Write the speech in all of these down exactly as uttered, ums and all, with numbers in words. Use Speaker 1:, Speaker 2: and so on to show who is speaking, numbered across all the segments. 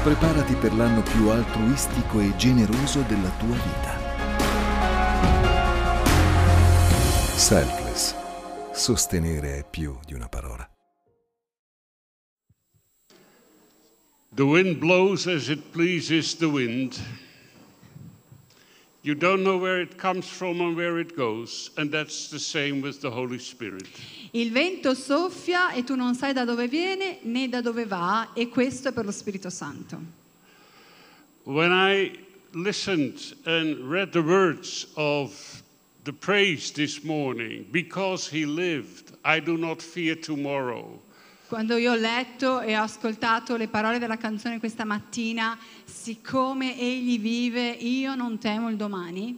Speaker 1: Preparati per l'anno più altruistico e generoso della tua vita. Selfless. Sostenere è più di una parola.
Speaker 2: The wind blows as it pleases the wind. You don't know where it comes from and where it goes, and that's the same with the Holy Spirit.
Speaker 3: Il vento soffia e tu non sai da dove viene né da dove va, e questo è per lo Spirito Santo.
Speaker 2: When I listened and read the words of the praise this morning, because he lived, I do not fear tomorrow.
Speaker 3: Quando io ho letto e ho ascoltato le parole della canzone questa mattina, siccome egli vive, io non temo il domani.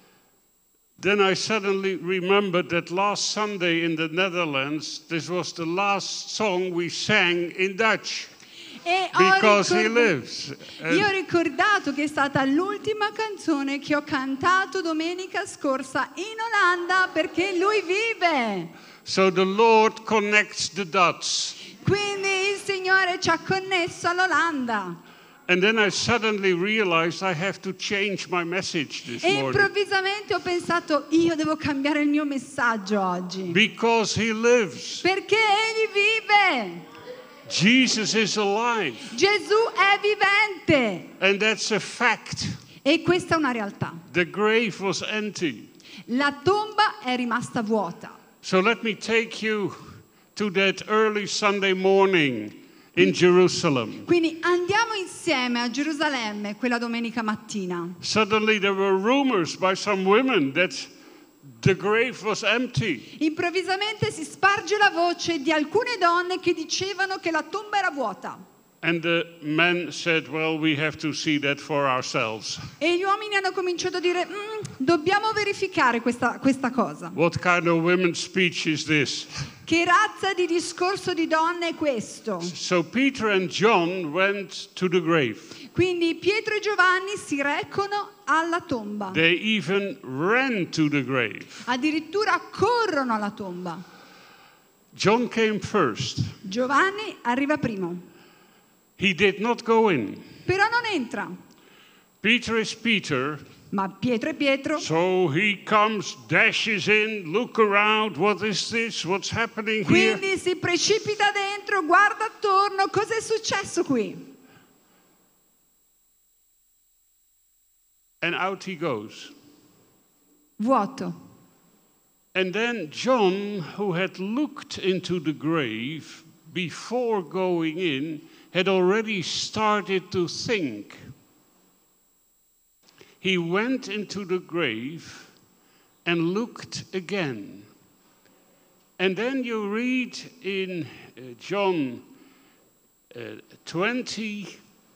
Speaker 2: Then I suddenly remembered that last Sunday in the Netherlands, this was the last song we sang in Dutch.
Speaker 3: E
Speaker 2: Because
Speaker 3: ho
Speaker 2: he
Speaker 3: ricordato,
Speaker 2: lives. And
Speaker 3: io ho ricordato che è stata l'ultima canzone che ho cantato domenica scorsa in Olanda, perché lui vive.
Speaker 2: so the Lord connects the dots.
Speaker 3: Quindi il Signore ci ha connesso all'Olanda.
Speaker 2: And then I suddenly realized I have to change my message this
Speaker 3: E
Speaker 2: morning.
Speaker 3: improvvisamente ho pensato, io devo cambiare il mio messaggio oggi.
Speaker 2: Because he lives.
Speaker 3: Perché egli vive.
Speaker 2: Jesus is alive.
Speaker 3: Gesù è vivente.
Speaker 2: And that's a fact.
Speaker 3: E questa è una realtà.
Speaker 2: The grave was empty.
Speaker 3: La tomba è rimasta vuota.
Speaker 2: So let me take you to that early Sunday morning in Jerusalem.
Speaker 3: Quindi andiamo insieme a Gerusalemme quella domenica mattina.
Speaker 2: Suddenly there were rumors by some women that the grave was empty.
Speaker 3: Improvvisamente si sparge la voce di alcune donne che dicevano che la tomba era vuota.
Speaker 2: And the men said, well, we have to see that for ourselves.
Speaker 3: E gli uomini hanno cominciato a dire, mm, dobbiamo verificare questa, questa cosa.
Speaker 2: What kind of women's speech is this?
Speaker 3: Che razza di discorso di donne è questo?
Speaker 2: So Peter and John went to the grave.
Speaker 3: Quindi Pietro e Giovanni si recano alla tomba.
Speaker 2: They even ran to the grave.
Speaker 3: Addirittura corrono alla tomba.
Speaker 2: John came first.
Speaker 3: Giovanni arriva primo.
Speaker 2: He did not go in.
Speaker 3: Però non entra.
Speaker 2: Peter is Peter.
Speaker 3: Ma Pietro è Pietro.
Speaker 2: So he comes, dashes in, look around, what is this? What's happening here?
Speaker 3: Quindi si precipita dentro, guarda attorno, cosa è successo qui?
Speaker 2: And out he goes.
Speaker 3: Vuoto.
Speaker 2: And then John, who had looked into the grave before going in, had already started to think. He went into the grave and looked again. And then you read in uh, John uh, twenty.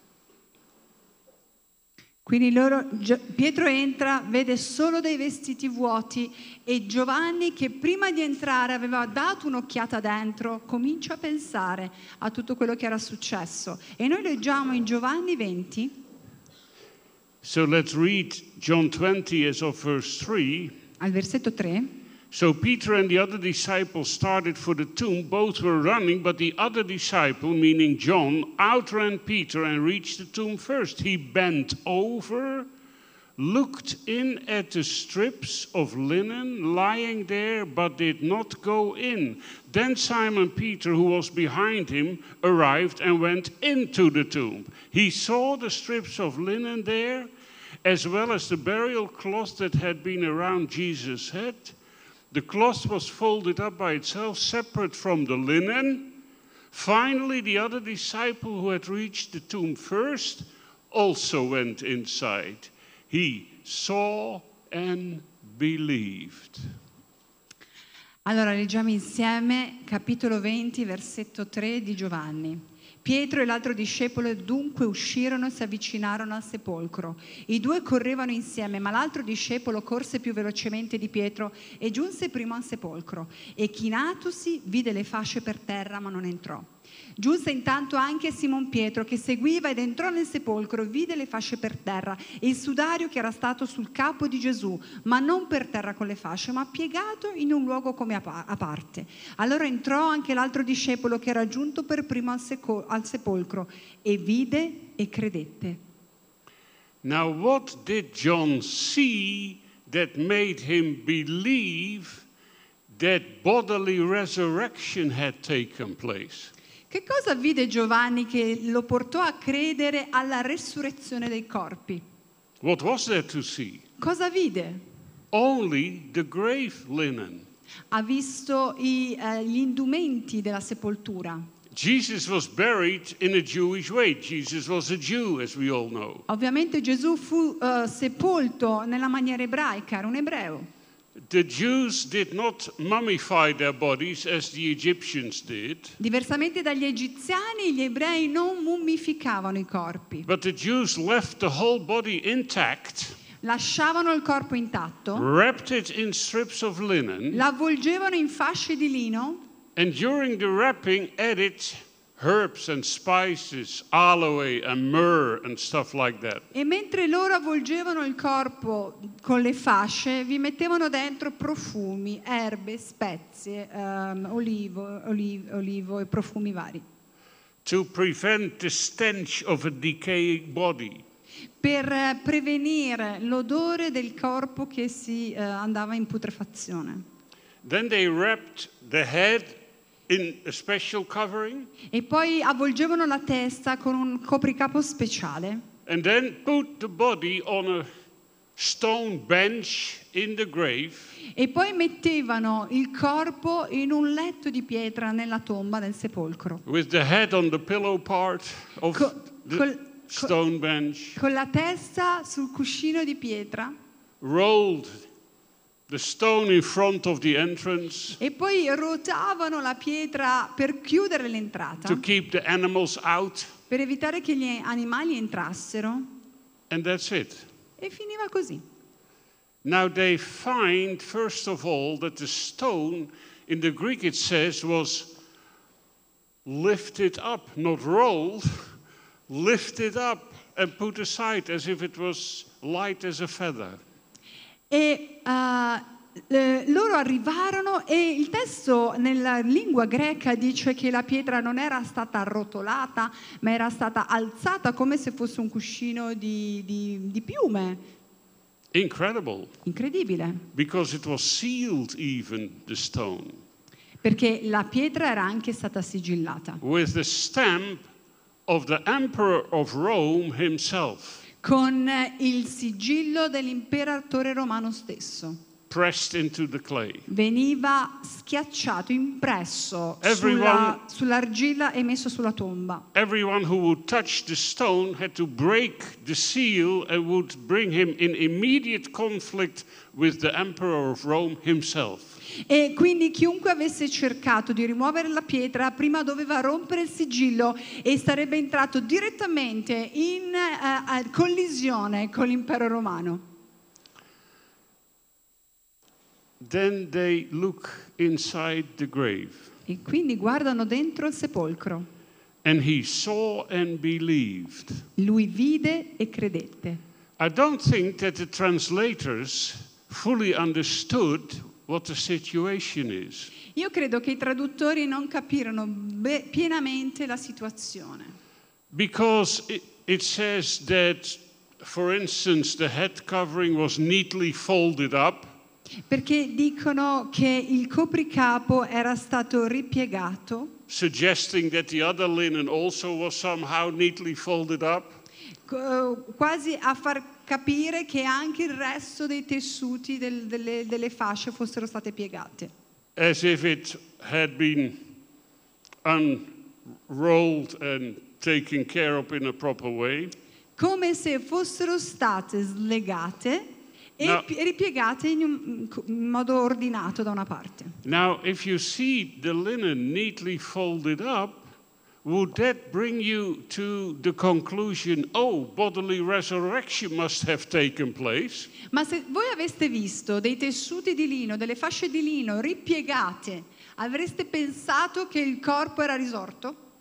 Speaker 3: Quindi loro, Gio- Pietro entra, vede solo dei vestiti vuoti e Giovanni, che prima di entrare aveva dato un'occhiata dentro, comincia a pensare a tutto quello che era successo. E noi leggiamo in Giovanni venti.
Speaker 2: So let's read John twenty as of verse three.
Speaker 3: Al versetto tre.
Speaker 2: So Peter and the other disciple started for the tomb. Both were running, but the other disciple, meaning John, outran Peter and reached the tomb first. He bent over, looked in at the strips of linen lying there, but did not go in. Then Simon Peter, who was behind him, arrived and went into the tomb. He saw the strips of linen there, as well as the burial cloth that had been around Jesus' head. The cloth was folded up by itself, separate from the linen. Finally, the other disciple who had reached the tomb first also went inside. He saw and believed.
Speaker 3: Allora leggiamo insieme capitolo venti, versetto tre di Giovanni. Pietro e l'altro discepolo dunque uscirono e si avvicinarono al sepolcro. I due correvano insieme, ma l'altro discepolo corse più velocemente di Pietro e giunse primo al sepolcro. E chinatosi vide le fasce per terra, ma non entrò. Giunse intanto anche Simon Pietro che seguiva ed entrò nel sepolcro, vide le fasce per terra e il sudario che era stato sul capo di Gesù, ma non per terra con le fasce, ma piegato in un luogo come a, pa- a parte. Allora entrò anche l'altro discepolo che era giunto per primo al, seco- al sepolcro e vide e credette.
Speaker 2: Now, what did John see that made him believe that bodily resurrection had taken place?
Speaker 3: Che cosa vide Giovanni che lo portò a credere alla resurrezione dei corpi?
Speaker 2: What was there to see?
Speaker 3: Cosa vide?
Speaker 2: Only the grave linen.
Speaker 3: Ha visto i, eh, gli indumenti della sepoltura.
Speaker 2: Jesus was buried in a Jewish way. Jesus was a Jew, as we all know.
Speaker 3: Ovviamente Gesù fu eh, sepolto nella maniera ebraica, era un ebreo.
Speaker 2: The Jews did not mummify their bodies as the Egyptians did,
Speaker 3: Diversamente dagli egiziani, gli ebrei non mummificavano i corpi.
Speaker 2: but the Jews left the whole body intact,
Speaker 3: Lasciavano il corpo intatto,
Speaker 2: wrapped it in strips of linen,
Speaker 3: l'avvolgevano in fasce di lino
Speaker 2: and during the wrapping added herbs and spices, aloe and myrrh and stuff like that.
Speaker 3: e mentre loro avvolgevano il corpo con le fasce, vi mettevano dentro profumi, erbe, spezie, ehm, olivo, olivo, olivo e profumi vari,
Speaker 2: To prevent the stench of a decaying body.
Speaker 3: per eh, prevenire l'odore del corpo che si eh, andava in putrefazione.
Speaker 2: Then they wrapped the head in a special covering,
Speaker 3: E poi avvolgevano la testa con un copricapo speciale
Speaker 2: and then put the body on a stone bench in the grave,
Speaker 3: e poi mettevano il corpo in un letto di pietra nella tomba del sepolcro,
Speaker 2: with the head on the pillow part of
Speaker 3: Co-
Speaker 2: the
Speaker 3: col-
Speaker 2: stone bench,
Speaker 3: con la testa sul cuscino di pietra
Speaker 2: rolled the stone in front of the entrance
Speaker 3: e poi ruotavano la pietra per chiudere l'entrata,
Speaker 2: to keep the animals out,
Speaker 3: per evitare che gli animali entrassero,
Speaker 2: and that's it.
Speaker 3: e finiva così.
Speaker 2: Now they find, first of all, that the stone, in the Greek it says, was lifted up, not rolled, lifted up and put aside as if it was light as a feather.
Speaker 3: E uh, eh, loro arrivarono e il testo nella lingua greca dice che la pietra non era stata arrotolata, ma era stata alzata come se fosse un cuscino di, di, di piume.
Speaker 2: Incredible,
Speaker 3: Incredibile,
Speaker 2: because it was sealed even, the stone,
Speaker 3: perché la pietra era anche stata sigillata
Speaker 2: with the stamp of the emperor of Rome himself,
Speaker 3: con il sigillo dell'imperatore romano stesso.
Speaker 2: pressed into the clay.
Speaker 3: Veniva schiacciato, impresso
Speaker 2: Everyone-
Speaker 3: sulla, sull'argilla e messo sulla tomba.
Speaker 2: Everyone who would touch the stone had to break the seal and would bring him in immediate conflict with the emperor of Rome himself.
Speaker 3: E quindi chiunque avesse cercato di rimuovere la pietra prima doveva rompere il sigillo e sarebbe entrato direttamente in eh, eh, collisione con l'impero romano.
Speaker 2: Then they look inside the grave,
Speaker 3: E quindi guardano dentro il sepolcro.
Speaker 2: and he saw and believed.
Speaker 3: Lui vide e credette.
Speaker 2: I don't think that the translators fully understood what the situation is.
Speaker 3: Io credo che i traduttori non capirono be- pienamente la situazione.
Speaker 2: Because it, it says that, for instance, the head covering was neatly folded up.
Speaker 3: Perché dicono che il copricapo era stato ripiegato,
Speaker 2: Suggesting that the other linen also was somehow neatly folded up.
Speaker 3: co- quasi a far capire che anche il resto dei tessuti del- delle, delle fasce fossero state piegate,
Speaker 2: As if it had been unrolled and taken care of in a proper way.
Speaker 3: come se fossero state slegate e
Speaker 2: No.
Speaker 3: pi- ripiegate in, un- in modo ordinato da una parte.
Speaker 2: Now, if you see the linen neatly folded up, would that bring you to the conclusion, oh, bodily resurrection must have taken place?
Speaker 3: Ma se voi aveste visto dei tessuti di lino, delle fasce di lino ripiegate, avreste pensato che il corpo era risorto?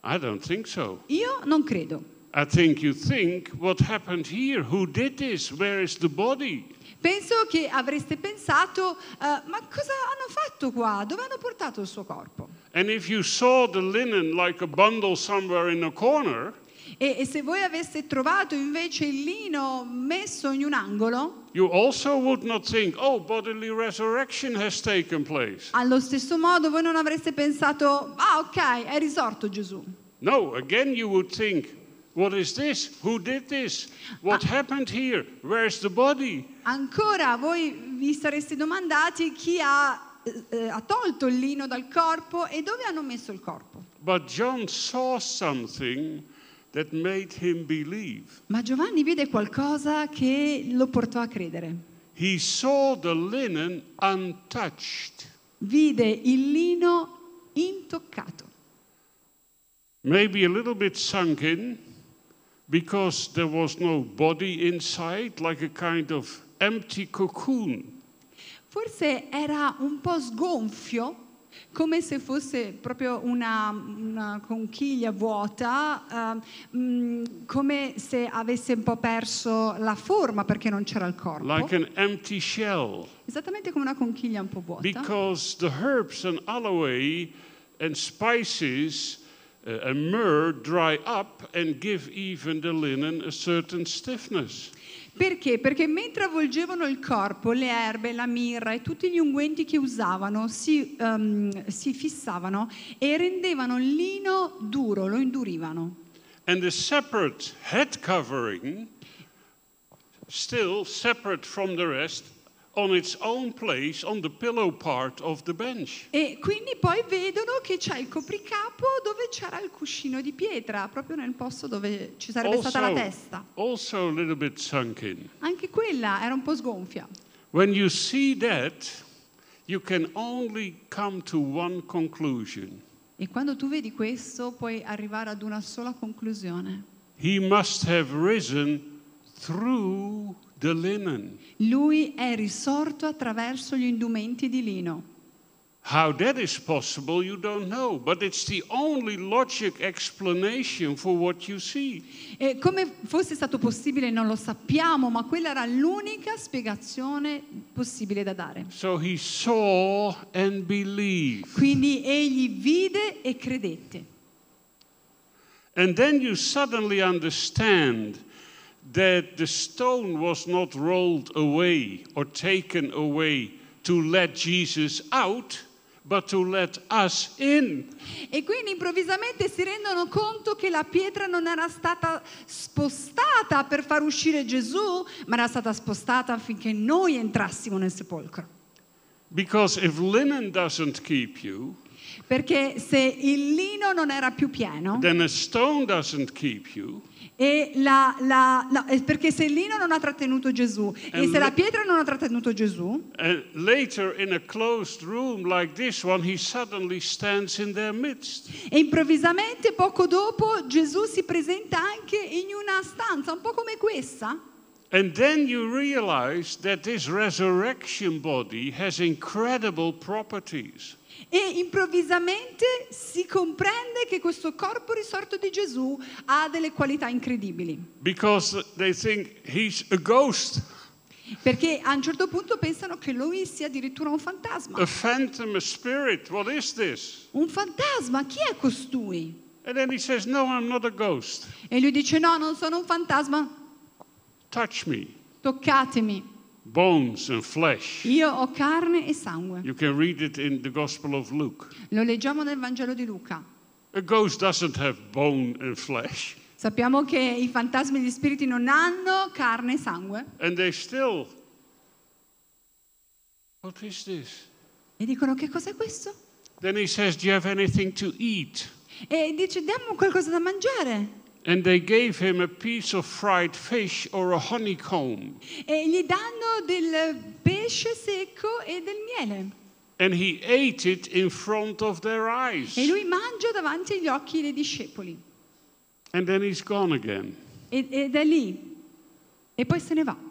Speaker 2: I don't think so.
Speaker 3: Io non credo.
Speaker 2: I think you think, what happened here? Who did this? Where is the body?
Speaker 3: Penso che avreste pensato, eh, ma cosa hanno fatto qua? Dove hanno portato il suo corpo?
Speaker 2: And if you saw the linen like a bundle somewhere in a corner,
Speaker 3: E, e se voi aveste trovato invece il lino messo in un angolo,
Speaker 2: you also would not think, oh, bodily resurrection has taken place.
Speaker 3: allo stesso modo voi non avreste pensato, ah ok, è risorto Gesù.
Speaker 2: No, again you would think, what is this? Who did this? What happened here? Where's the body?
Speaker 3: Ancora voi vi sareste domandati chi ha, eh, ha tolto il lino dal corpo e dove hanno messo il corpo.
Speaker 2: But John saw something that made him believe.
Speaker 3: Ma Giovanni vide qualcosa che lo portò a credere.
Speaker 2: He saw the linen untouched.
Speaker 3: Vide il lino intoccato.
Speaker 2: Maybe a little bit sunk in because there was no body inside, like a kind of empty cocoon.
Speaker 3: Forse era un po' sgonfio, come se fosse proprio una, una conchiglia vuota, uh, mh, come se avesse un po' perso la forma perché non c'era il corpo.
Speaker 2: Like an empty shell.
Speaker 3: Esattamente come una conchiglia un po' vuota.
Speaker 2: Because the herbs and aloe and spices uh, and myrrh dry up and give even the linen a certain stiffness.
Speaker 3: Perché? Perché mentre avvolgevano il corpo, le erbe, la mirra e tutti gli unguenti che usavano si, um, si fissavano e rendevano il lino duro, lo indurivano.
Speaker 2: And the separate head covering, still separate from the rest, on its own place on the pillow part of the bench.
Speaker 3: E quindi poi vedono che c'è il copricapo dove c'era il cuscino di pietra, proprio nel posto dove ci sarebbe stata la testa.
Speaker 2: Also a little bit sunk in.
Speaker 3: Anche quella era un po' sgonfia.
Speaker 2: When you see that, you can only come to one conclusion.
Speaker 3: E quando tu vedi questo puoi arrivare ad una sola conclusione.
Speaker 2: He must have risen through the linen.
Speaker 3: Lui è risorto attraverso gli indumenti di lino.
Speaker 2: How that is possible, you don't know, but it's the only logic explanation for what you see.
Speaker 3: E come fosse stato possibile non lo sappiamo, ma quella era l'unica spiegazione possibile da dare.
Speaker 2: So he saw and believed.
Speaker 3: Quindi egli vide e credette.
Speaker 2: And then you suddenly understand that the stone was not rolled away or taken away to let Jesus out, but to let us in.
Speaker 3: E quindi improvvisamente si rendono conto che la pietra non era stata spostata per far uscire Gesù, ma era stata spostata affinché noi entrassimo nel sepolcro.
Speaker 2: Because if linen doesn't keep you,
Speaker 3: Perché se il lino non era più pieno,
Speaker 2: then a stone doesn't keep you.
Speaker 3: e la, la, no, è perché se il lino non ha trattenuto Gesù e se la pietra non ha trattenuto Gesù,
Speaker 2: And later in a closed room like this one, he suddenly stands in their midst.
Speaker 3: e improvvisamente poco dopo Gesù si presenta anche in una stanza un po' come questa.
Speaker 2: And then you realize that this resurrection body has incredible properties.
Speaker 3: E improvvisamente si comprende che questo corpo risorto di Gesù ha delle qualità incredibili.
Speaker 2: Because they think he's a ghost,
Speaker 3: Perché a un certo punto pensano che lui sia addirittura un fantasma.
Speaker 2: a phantom, a spirit. What is this?
Speaker 3: Un fantasma? Chi è costui?
Speaker 2: And then he says, no, I'm not a ghost.
Speaker 3: E lui dice no, non sono un fantasma,
Speaker 2: Touch me.
Speaker 3: toccatemi.
Speaker 2: Bones and flesh.
Speaker 3: Io ho carne e sangue.
Speaker 2: You can read it in the Gospel of Luke.
Speaker 3: Lo leggiamo nel Vangelo di Luca.
Speaker 2: A ghost doesn't have bone and flesh.
Speaker 3: Sappiamo che i fantasmi e gli spiriti non hanno carne e sangue.
Speaker 2: And they still, what is this?
Speaker 3: E dicono che cos'è questo?
Speaker 2: Then he says, do you have anything to eat?
Speaker 3: E dice diamo qualcosa da mangiare.
Speaker 2: And they gave him a piece of fried fish or a honeycomb.
Speaker 3: E gli danno del pesce secco e del miele.
Speaker 2: And he ate it in front of their eyes.
Speaker 3: E lui mangia davanti agli occhi dei discepoli.
Speaker 2: And then he's gone again.
Speaker 3: E- Ed è lì. E poi se ne va.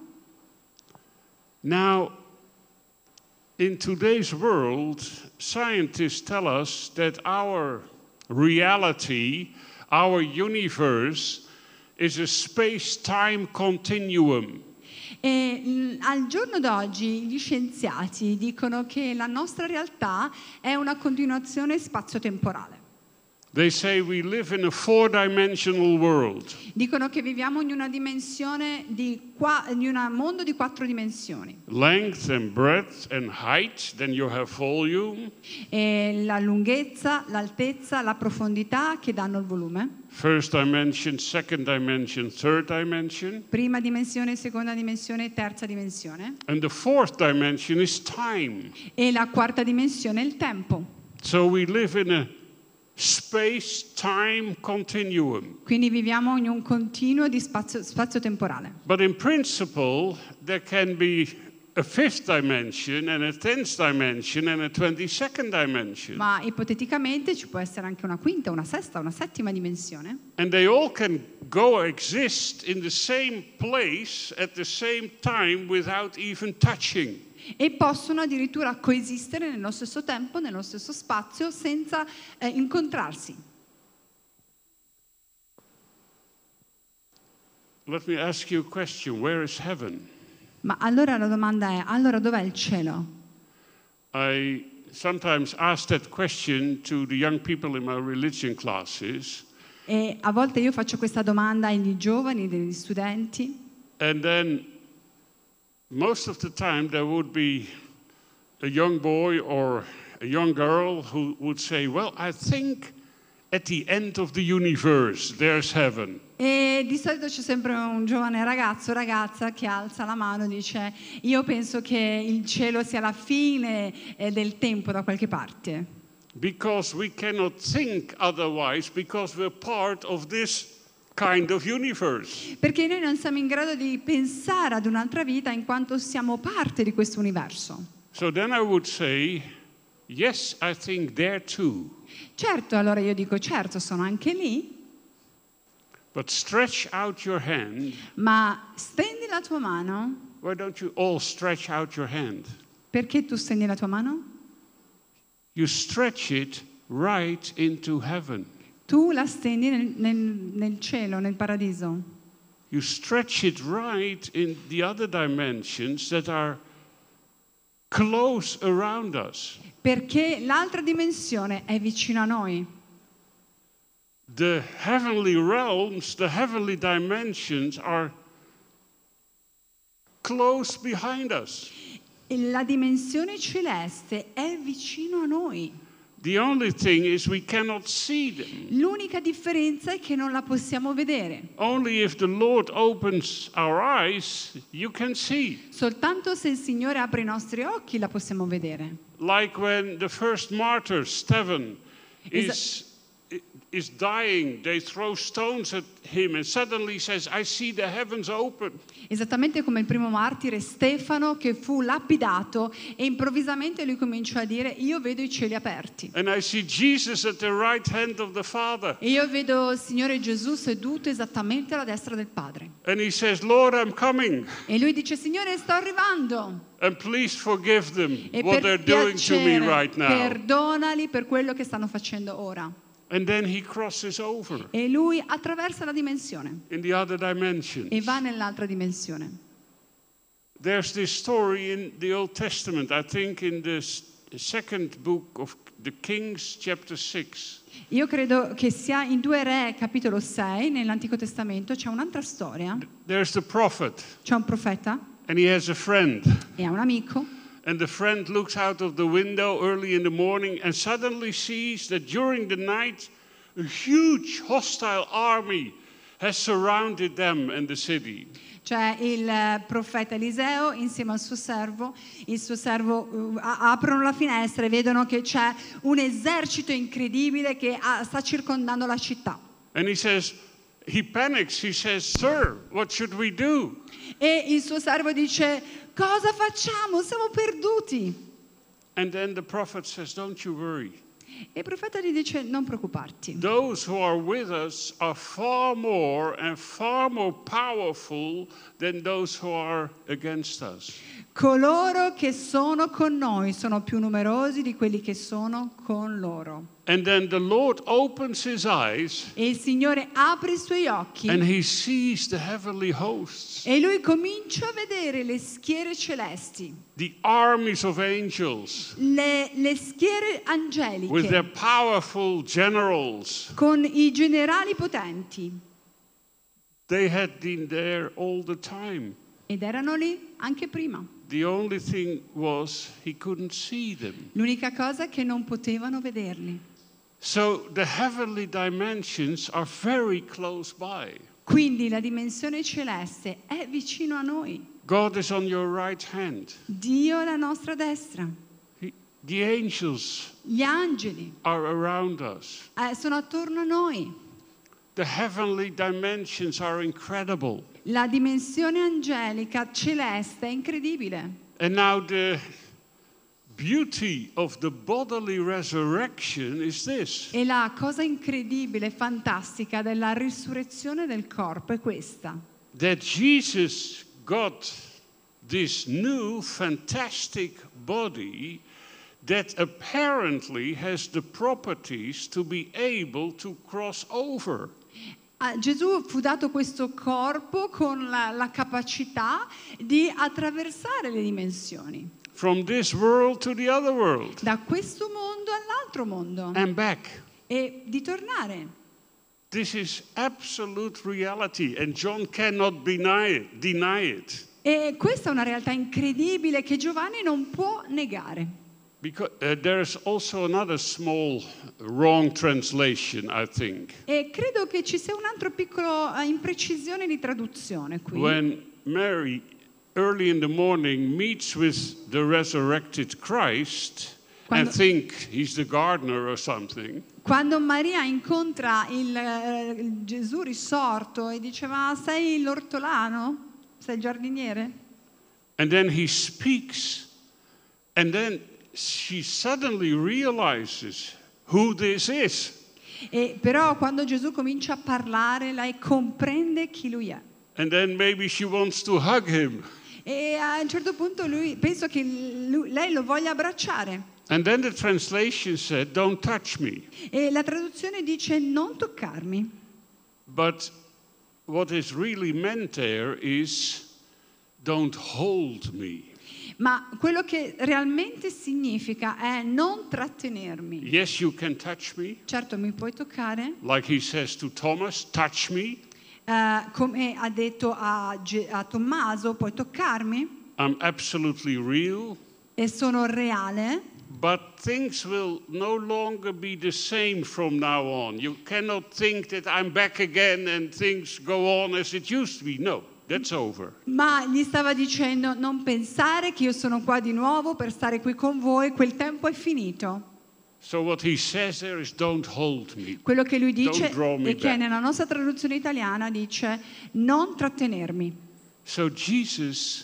Speaker 2: Now, in today's world, scientists tell us that our reality, our universe is a space-time continuum.
Speaker 3: E mh, al giorno d'oggi gli scienziati dicono che la nostra realtà è una continuazione spazio-temporale.
Speaker 2: They say we live in a four-dimensional world.
Speaker 3: Dicono che viviamo in una dimensione di, qua, in un mondo di quattro dimensioni.
Speaker 2: Length and breadth and height, then you have volume.
Speaker 3: E la lunghezza, l'altezza, la profondità che danno il volume.
Speaker 2: First dimension, second dimension, third dimension.
Speaker 3: Prima dimensione, seconda dimensione, terza dimensione.
Speaker 2: And the fourth dimension is time.
Speaker 3: E la quarta dimensione è il tempo.
Speaker 2: So we live in a space-time continuum.
Speaker 3: Quindi viviamo in un continuo di spazio, spazio-temporale.
Speaker 2: But in principle, there can be a fifth dimension and a tenth dimension and a twenty-second dimension.
Speaker 3: Ma ipoteticamente ci può essere anche una quinta, una sesta, una settima dimensione.
Speaker 2: And they all can go exist in the same place at the same time without even touching.
Speaker 3: E possono addirittura coesistere nello stesso tempo, nello stesso spazio, senza eh, incontrarsi.
Speaker 2: Let me ask you a question. Where is heaven?
Speaker 3: Ma allora la domanda è, allora dov'è il cielo?
Speaker 2: I sometimes ask that question to the young people in my religion classes.
Speaker 3: E a volte io faccio questa domanda ai giovani, agli studenti,
Speaker 2: And then most of the time there would be a young boy or a young girl who would say, well, I think at the end of the universe there's heaven.
Speaker 3: e di solito c'è sempre un giovane ragazzo o ragazza che alza la mano e dice io penso che il cielo sia la fine eh, del tempo da qualche parte.
Speaker 2: Because we cannot think otherwise, because we're part of this kind of universe.
Speaker 3: Perché noi non siamo in grado di pensare ad un'altra vita in quanto siamo parte di questo universo.
Speaker 2: So then I would say, yes, I think there too.
Speaker 3: Certo, allora io dico certo, sono anche lì,
Speaker 2: But stretch out your hand.
Speaker 3: ma stendi la tua mano.
Speaker 2: Why don't you all stretch out your hand?
Speaker 3: Perché tu stendi la tua mano?
Speaker 2: You stretch it right into heaven.
Speaker 3: Tu la stendi nel, nel, nel cielo, nel paradiso.
Speaker 2: You stretch it right in the other dimensions that are close around us.
Speaker 3: Perché l'altra dimensione è vicino a noi.
Speaker 2: The heavenly realms, the heavenly dimensions are close behind us.
Speaker 3: E la dimensione celeste è vicino a noi.
Speaker 2: The only thing is we cannot see them.
Speaker 3: L'unica differenza è che non la possiamo vedere.
Speaker 2: Only if the Lord opens our eyes, you can see.
Speaker 3: Soltanto se il Signore apre i nostri occhi la possiamo vedere.
Speaker 2: Like when the first martyr, Stephen, is, is dying, they throw stones at him and suddenly he says, I see the heavens open.
Speaker 3: Esattamente come il primo martire Stefano che fu lapidato e improvvisamente lui cominciò a dire io vedo i cieli aperti.
Speaker 2: And I see Jesus at the right hand of the Father.
Speaker 3: E io vedo il Signore Gesù seduto esattamente alla destra del Padre.
Speaker 2: And he says, Lord, I'm coming.
Speaker 3: E lui dice Signore sto arrivando.
Speaker 2: And please forgive them
Speaker 3: E
Speaker 2: what
Speaker 3: per
Speaker 2: they're doing to me
Speaker 3: piacere,
Speaker 2: right now.
Speaker 3: perdonali per quello che stanno facendo ora.
Speaker 2: And then he crosses over
Speaker 3: E lui attraversa la dimensione
Speaker 2: in the other dimensions.
Speaker 3: e va nell'altra dimensione.
Speaker 2: There's this story in the Old Testament, I think in the s- second book of the Kings, chapter six.
Speaker 3: Io credo che sia in due Re, capitolo sei, nell'Antico Testamento, c'è un'altra storia.
Speaker 2: There's the prophet,
Speaker 3: C'è un profeta
Speaker 2: and he has a friend.
Speaker 3: e ha un amico.
Speaker 2: And the friend looks out of the window early in the morning and suddenly sees that during the night a huge hostile army has surrounded them and the city.
Speaker 3: C'è il profeta Eliseo insieme al suo servo. Il suo servo uh, a- aprono la finestra e vedono che c'è un esercito incredibile che ha- sta circondando la città.
Speaker 2: And he says, he panics, he says, Sir, what should we do?
Speaker 3: E il suo servo dice, cosa facciamo? Siamo perduti.
Speaker 2: And then the prophet says, don't you worry.
Speaker 3: E il profeta gli dice, non preoccuparti.
Speaker 2: Those who are with us are far more and far more powerful than those who are against us.
Speaker 3: Coloro che sono con noi sono più numerosi di quelli che sono con loro.
Speaker 2: And then the Lord opens his eyes
Speaker 3: E il Signore apre i suoi occhi
Speaker 2: and he sees the heavenly hosts,
Speaker 3: e lui comincia a vedere le schiere celesti,
Speaker 2: the armies of angels
Speaker 3: le, le schiere
Speaker 2: with their
Speaker 3: angeliche
Speaker 2: powerful generals.
Speaker 3: con i generali potenti.
Speaker 2: They had been there all the time.
Speaker 3: Ed erano lì anche prima.
Speaker 2: The only thing was he couldn't see them.
Speaker 3: L'unica cosa è che non potevano vederli.
Speaker 2: So the heavenly dimensions are very close by.
Speaker 3: Quindi la dimensione celeste è vicino a noi.
Speaker 2: God is on your right hand.
Speaker 3: Dio è alla nostra destra.
Speaker 2: He, the angels
Speaker 3: Gli angeli
Speaker 2: are around us.
Speaker 3: eh, sono attorno a noi.
Speaker 2: The heavenly dimensions are incredible.
Speaker 3: La dimensione angelica celeste è incredibile.
Speaker 2: And now the beauty of the bodily resurrection is this.
Speaker 3: E la cosa incredibile, fantastica della risurrezione del corpo è questa.
Speaker 2: That Jesus got this new fantastic body that apparently has the properties to be able to cross over.
Speaker 3: A Gesù fu dato questo corpo con la, la capacità di attraversare le dimensioni,
Speaker 2: From this world to the other world
Speaker 3: da questo mondo all'altro mondo,
Speaker 2: and back.
Speaker 3: e di tornare.
Speaker 2: This is absolute reality and John cannot deny it. Deny it.
Speaker 3: E questa è una realtà incredibile che Giovanni non può negare.
Speaker 2: Because uh, there's also another small wrong translation, I think.
Speaker 3: E credo che ci sia un altro piccolo eh, imprecisione di traduzione qui.
Speaker 2: When Mary, early in the morning, meets with the resurrected Christ
Speaker 3: Quando-
Speaker 2: and think he's the gardener or something,
Speaker 3: Quando Maria incontra il, eh, il Gesù risorto e dice: ma sei l'ortolano? Sei il giardiniere?
Speaker 2: and then he speaks, and then she suddenly realizes who this is.
Speaker 3: E però quando Gesù comincia a parlare, lei comprende chi lui è.
Speaker 2: And then maybe she wants to hug him.
Speaker 3: E a un certo punto lui, penso che lui- lei lo voglia abbracciare.
Speaker 2: And then the translation said, "Don't touch me."
Speaker 3: E la traduzione dice: non toccarmi.
Speaker 2: But what is really meant there is, "Don't hold me."
Speaker 3: Ma quello che realmente significa è non trattenermi.
Speaker 2: Yes, you can touch me,
Speaker 3: Certo, mi puoi toccare,
Speaker 2: like he says to Thomas, "Touch me.
Speaker 3: eh, come ha detto a, Ge- a Tommaso, puoi toccarmi
Speaker 2: I'm absolutely real."
Speaker 3: e sono reale.
Speaker 2: But things will no longer be the same from now on. You cannot think that I'm back again and things go on as it used to be. No, that's over.
Speaker 3: Ma gli stava dicendo: non pensare che io sono qua di nuovo per stare qui con voi, quel tempo è finito.
Speaker 2: So what he says there is, "Don't hold me."
Speaker 3: Quello che lui dice
Speaker 2: Don't draw me
Speaker 3: e che
Speaker 2: back.
Speaker 3: nella nostra traduzione italiana dice: non trattenermi.
Speaker 2: So Jesus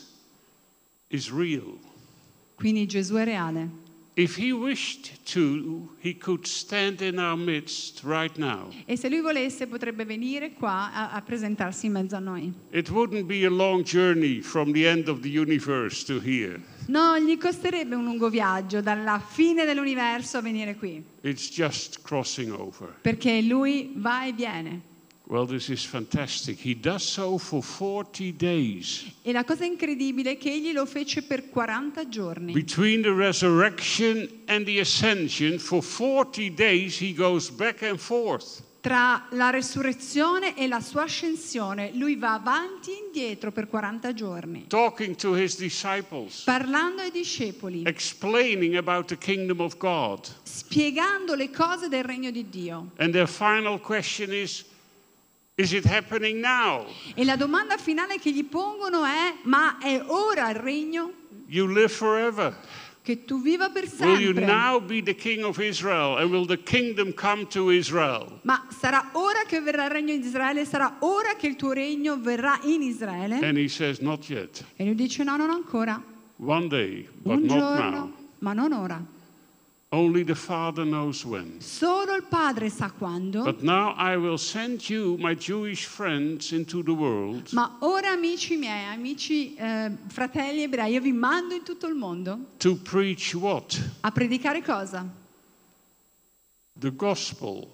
Speaker 2: is real.
Speaker 3: Quindi Gesù è reale.
Speaker 2: If he wished to, he could stand in our midst right now.
Speaker 3: E se lui volesse potrebbe venire qua a, a presentarsi in mezzo a noi.
Speaker 2: It wouldn't be a long journey from the end of the universe to here.
Speaker 3: Non gli costerebbe un lungo viaggio dalla fine dell'universo a venire qui,
Speaker 2: It's just crossing over.
Speaker 3: perché lui va e viene.
Speaker 2: Well, this is fantastic. He does so for forty days.
Speaker 3: E la cosa incredibile è che egli lo fece per quaranta giorni.
Speaker 2: Between the resurrection and the ascension, for forty days he goes back and forth.
Speaker 3: Tra la resurrezione e la sua ascensione, lui va avanti e indietro per quaranta giorni,
Speaker 2: Talking to his disciples,
Speaker 3: parlando ai discepoli,
Speaker 2: explaining about the kingdom of God.
Speaker 3: spiegando le cose del regno di Dio.
Speaker 2: And their final question is, is it happening now?
Speaker 3: E la domanda finale che gli pongono è: ma è ora il regno?
Speaker 2: You live forever.
Speaker 3: Che tu viva per
Speaker 2: Will you
Speaker 3: sempre.
Speaker 2: now be the king of Israel? And will the kingdom come to Israel?
Speaker 3: Ma sarà ora che verrà il regno di Israele? Sarà ora che il tuo regno verrà in Israele?
Speaker 2: And he says, not yet.
Speaker 3: E lui dice: no, non ancora.
Speaker 2: One day, but
Speaker 3: Un
Speaker 2: not
Speaker 3: giorno,
Speaker 2: now.
Speaker 3: ma non ora.
Speaker 2: Only the Father knows when.
Speaker 3: Solo il Padre sa quando.
Speaker 2: But now I will send you, my Jewish friends, into the world
Speaker 3: Ma ora, amici miei, amici eh, fratelli ebrei, io vi mando in tutto il mondo
Speaker 2: to preach what?
Speaker 3: a predicare cosa?
Speaker 2: the gospel.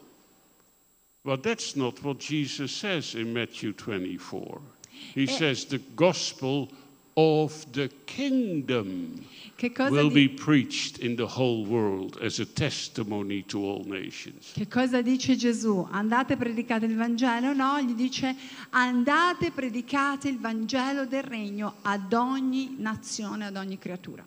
Speaker 2: But that's not what Jesus says in Matthew twenty-four. He says the gospel of the kingdom
Speaker 3: Che cosa,
Speaker 2: will be
Speaker 3: di-
Speaker 2: preached in the whole world as a testimony to all nations.
Speaker 3: che cosa dice Gesù? Andate e predicate il Vangelo? No, gli dice andate e predicate il Vangelo del regno ad ogni nazione, ad ogni creatura.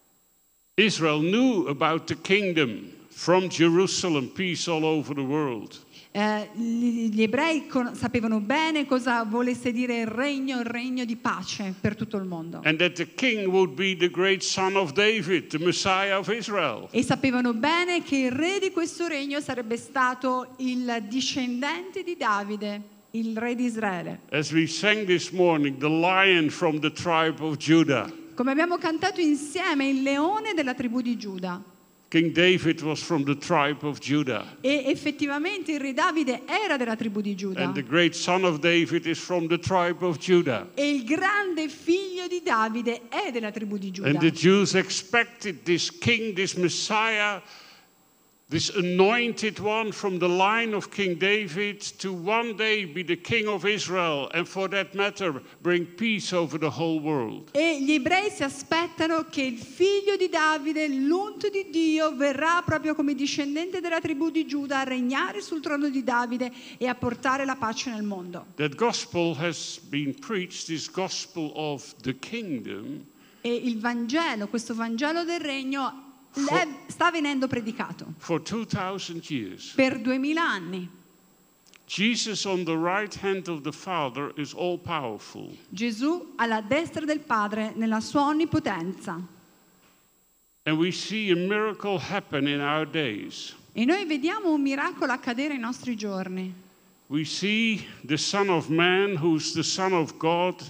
Speaker 2: Israel knew about the kingdom from Jerusalem, peace all over the world.
Speaker 3: Eh, gli gli ebrei con- sapevano bene cosa volesse dire il regno, il regno di pace per tutto il mondo.
Speaker 2: And that the king would be the great son of David, the Messiah of Israel.
Speaker 3: E sapevano bene che il re di questo regno sarebbe stato il discendente di Davide, il re di Israele.
Speaker 2: As we sang this morning, the lion from the tribe of Judah.
Speaker 3: Come abbiamo cantato insieme, il leone della tribù di Giuda.
Speaker 2: King David was from the tribe of Judah.
Speaker 3: E effettivamente il re Davide era della tribù di Giuda.
Speaker 2: And the great son of David is from the tribe of Judah.
Speaker 3: E il grande figlio di Davide è della tribù di Giuda.
Speaker 2: And the Jews expected this king, this Messiah, this anointed one from the line of King David to one day be the king of Israel and for that matter bring peace over the whole world.
Speaker 3: E gli ebrei si aspettano che il figlio di Davide, l'unto di Dio, verrà proprio come discendente della tribù di Giuda a regnare sul trono di Davide e a portare la pace nel mondo.
Speaker 2: That gospel has been preached, this gospel of the kingdom,
Speaker 3: E il Vangelo, questo Vangelo del regno,
Speaker 2: For-
Speaker 3: è- sta venendo predicato
Speaker 2: for two thousand years.
Speaker 3: per duemila anni.
Speaker 2: Jesus on the right hand of the Father is all powerful.
Speaker 3: Gesù alla destra del Padre nella sua onnipotenza.
Speaker 2: And we see a miracle happen in our days.
Speaker 3: E noi vediamo un miracolo accadere ai nostri giorni.
Speaker 2: We see the Son of Man, who's the Son of God,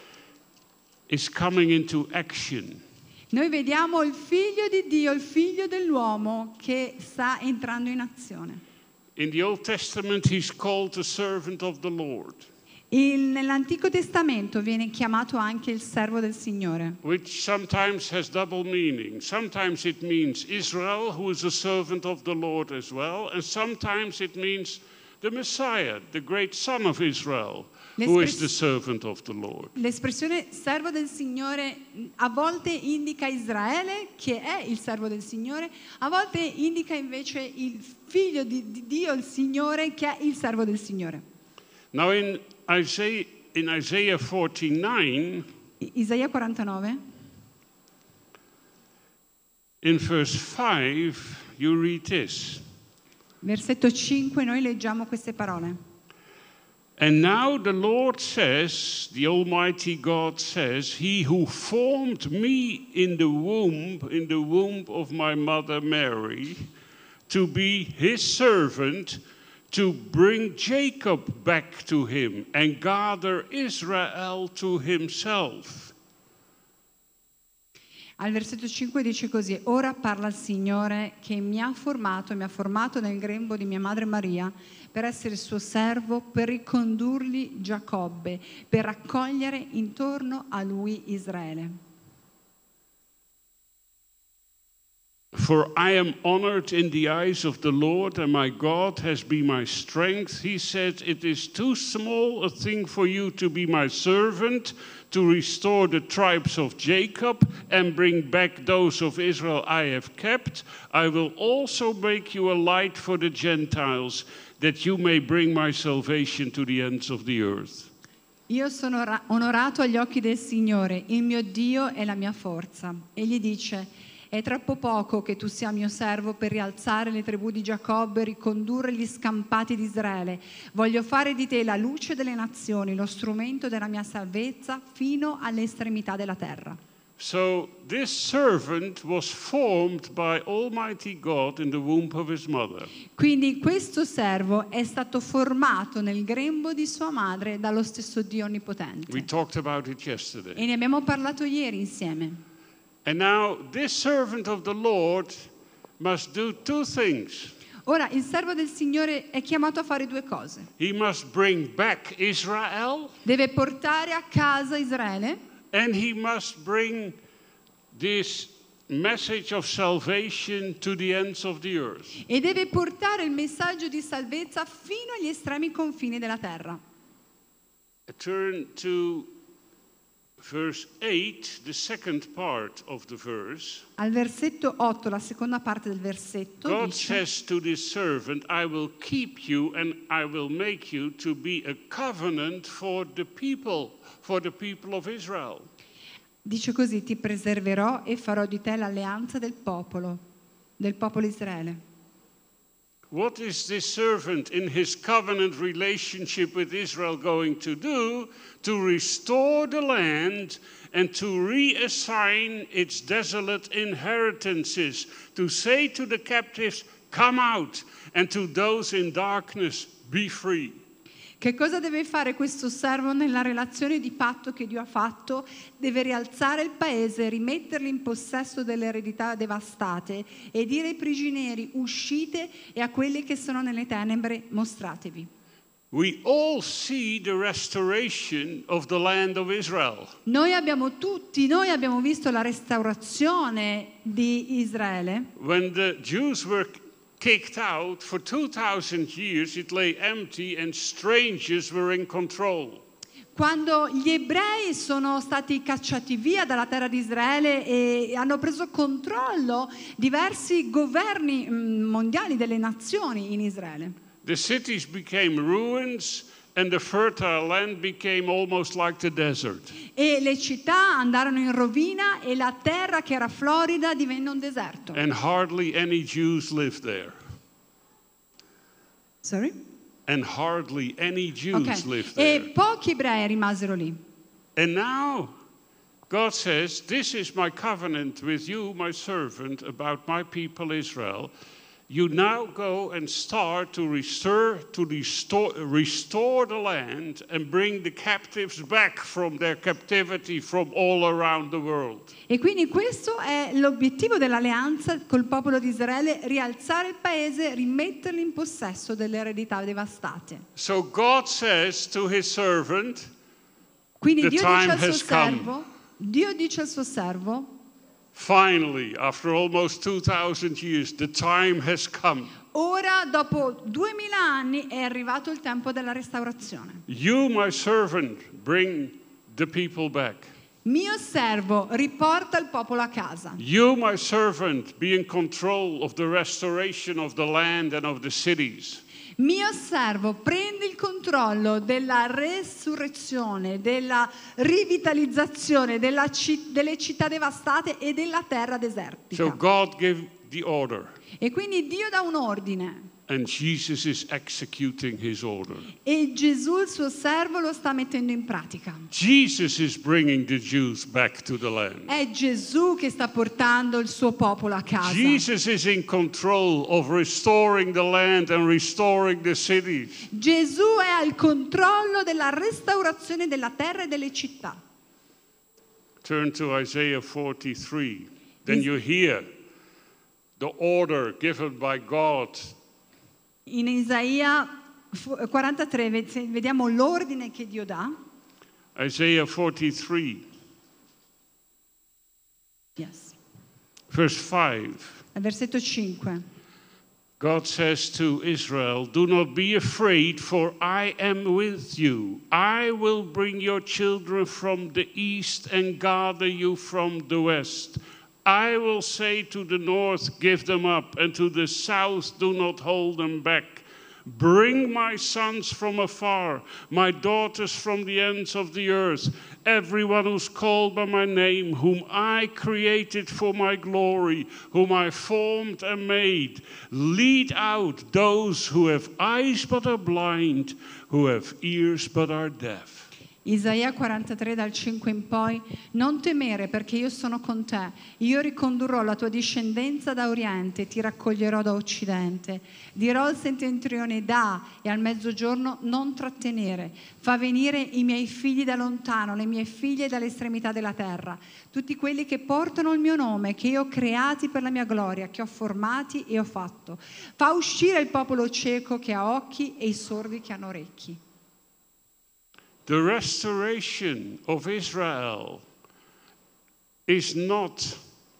Speaker 2: is coming into action.
Speaker 3: Noi vediamo il figlio di Dio, il figlio dell'uomo che sta entrando in azione.
Speaker 2: In the Old Testament, he's called the servant of the Lord,
Speaker 3: Il- nell'Antico Testamento viene chiamato anche il servo del Signore,
Speaker 2: which sometimes has double meaning. Sometimes it means Israel, who is a servant of the Lord as well, and sometimes it means the Messiah, the great Son of Israel, who is the servant of the Lord.
Speaker 3: L'espressione servo del Signore a volte indica Israele, che è il servo del Signore, a volte indica invece il figlio di, di Dio, il Signore, che è il servo del Signore.
Speaker 2: Now in Isaiah, in Isaiah forty-nine,
Speaker 3: I- Isaia quarantanove,
Speaker 2: in verse five, you read this.
Speaker 3: versetto cinque, noi leggiamo queste parole.
Speaker 2: And now the Lord says, the Almighty God says, He who formed me in the womb, in the womb of my mother Mary, to be His servant, to bring Jacob back to Him and gather Israel to Himself.
Speaker 3: Al versetto cinque dice così: ora parla il Signore che mi ha formato, mi ha formato nel grembo di mia madre Maria per essere il suo servo, per ricondurgli Giacobbe, per raccogliere intorno a lui Israele.
Speaker 2: For I am honored in the eyes of the Lord, and my God has been my strength. He said, it is too small a thing for you to be my servant, to restore the tribes of Jacob and bring back those of Israel I have kept. I will also make you a light for the Gentiles, that you may bring my salvation to the ends of the earth.
Speaker 3: Io sono ra- onorato agli occhi del Signore, il mio Dio è la mia forza. Egli dice: è troppo poco che tu sia mio servo per rialzare le tribù di Giacobbe e ricondurre gli scampati di Israele. Voglio fare di te la luce delle nazioni, lo strumento della mia salvezza fino alle estremità della terra.
Speaker 2: So this servant was formed by Almighty God in the womb of his mother.
Speaker 3: Quindi questo servo è stato formato nel grembo di sua madre dallo stesso Dio
Speaker 2: We
Speaker 3: onnipotente.
Speaker 2: talked about it yesterday.
Speaker 3: E ne abbiamo parlato ieri insieme.
Speaker 2: And now this servant of the Lord must do two things.
Speaker 3: Ora, il servo del Signore è chiamato a fare due cose.
Speaker 2: He must bring back Israel,
Speaker 3: Deve portare a casa Israele
Speaker 2: and he must bring this message of salvation to the ends of the earth.
Speaker 3: E deve portare il messaggio di salvezza fino agli estremi confini della terra.
Speaker 2: Turn to verse eight, the second part of the verse.
Speaker 3: Al versetto otto, la seconda parte del versetto,
Speaker 2: God
Speaker 3: dice:
Speaker 2: says to this servant, I will keep you and I will make you to be a covenant for the people, for the people of Israel.
Speaker 3: Dice così: ti preserverò e farò di te l'alleanza del popolo, del popolo Israele.
Speaker 2: What is this servant in his covenant relationship with Israel going to do? To restore the land and to reassign its desolate inheritances, to say to the captives, come out, and to those in darkness, be free.
Speaker 3: Che cosa deve fare questo servo nella relazione di patto che Dio ha fatto? Deve rialzare il paese, rimetterli in possesso delle eredità devastate e dire ai prigionieri: uscite, e a quelli che sono nelle tenebre mostratevi.
Speaker 2: We all see the restoration of the land of Israel.
Speaker 3: Noi abbiamo tutti, noi abbiamo visto la restaurazione di Israele.
Speaker 2: When the Jews were kicked out, for two thousand years it lay empty and strangers were in control.
Speaker 3: Quando gli ebrei sono stati cacciati via dalla terra di Israele e hanno preso controllo diversi governi mondiali delle nazioni in Israele.
Speaker 2: The cities became ruins and the fertile land became almost like the desert.
Speaker 3: E le città andarono in rovina e la terra che era florida divenne un deserto.
Speaker 2: And hardly any Jews lived there.
Speaker 3: Sorry?
Speaker 2: And hardly any Jews
Speaker 3: Okay.
Speaker 2: lived there.
Speaker 3: E pochi ebrei rimasero lì.
Speaker 2: And now God says, this is my covenant with you, my servant, about my people Israel. You now go and start to restore, to restore, restore the land and bring the captives back from their captivity from all around the world.
Speaker 3: E quindi questo è l'obiettivo dell'alleanza col popolo di Israele: rialzare il paese, rimetterli in possesso delle eredità devastate.
Speaker 2: So God says to his servant,
Speaker 3: Quindi
Speaker 2: The
Speaker 3: Dio
Speaker 2: time
Speaker 3: dice al suo
Speaker 2: has come.
Speaker 3: servo, Dio dice al suo servo:
Speaker 2: finally, after almost two thousand years, the time has come.
Speaker 3: ora, dopo duemila anni, è arrivato il tempo della restaurazione.
Speaker 2: You, my servant, bring the people back.
Speaker 3: Mio servo, riporta il popolo a casa.
Speaker 2: You, my servant, be in control of the restoration of the land and of the cities.
Speaker 3: Mio servo, prendi il controllo della resurrezione, della rivitalizzazione della ci- delle città devastate e della terra desertica.
Speaker 2: So God gave the order,
Speaker 3: E quindi Dio dà un ordine
Speaker 2: and Jesus is executing his order.
Speaker 3: e Gesù, il suo servo, lo sta mettendo in pratica.
Speaker 2: Jesus is bringing the Jews back to the land.
Speaker 3: È Gesù che sta portando il suo popolo a casa.
Speaker 2: Jesus is in control of restoring the land and restoring the cities.
Speaker 3: Gesù è al controllo della restaurazione della terra e delle città.
Speaker 2: Turn to Isaiah forty-three. Then you hear the order given by God.
Speaker 3: In Isaia quarantatré vediamo l'ordine che Dio dà.
Speaker 2: Isaiah forty-three,
Speaker 3: Yes.
Speaker 2: verse five.
Speaker 3: Al versetto cinque.
Speaker 2: God says to Israel, do not be afraid, for I am with you. I will bring your children from the east and gather you from the west. I will say to the north, give them up, and to the south, do not hold them back. Bring my sons from afar, my daughters from the ends of the earth, everyone who's called by my name, whom I created for my glory, whom I formed and made. Lead out those who have eyes but are blind, who have ears but are deaf.
Speaker 3: Isaia quarantatré dal cinque in poi: non temere, perché io sono con te. Io ricondurrò la tua discendenza da oriente, ti raccoglierò da occidente. Dirò al settentrione da e al mezzogiorno non trattenere. Fa venire i miei figli da lontano, le mie figlie dalle estremità della terra. Tutti quelli che portano il mio nome, che io ho creati per la mia gloria, che ho formati e ho fatto. Fa uscire il popolo cieco che ha occhi e i sordi che hanno orecchi.
Speaker 2: The restoration of Israel is not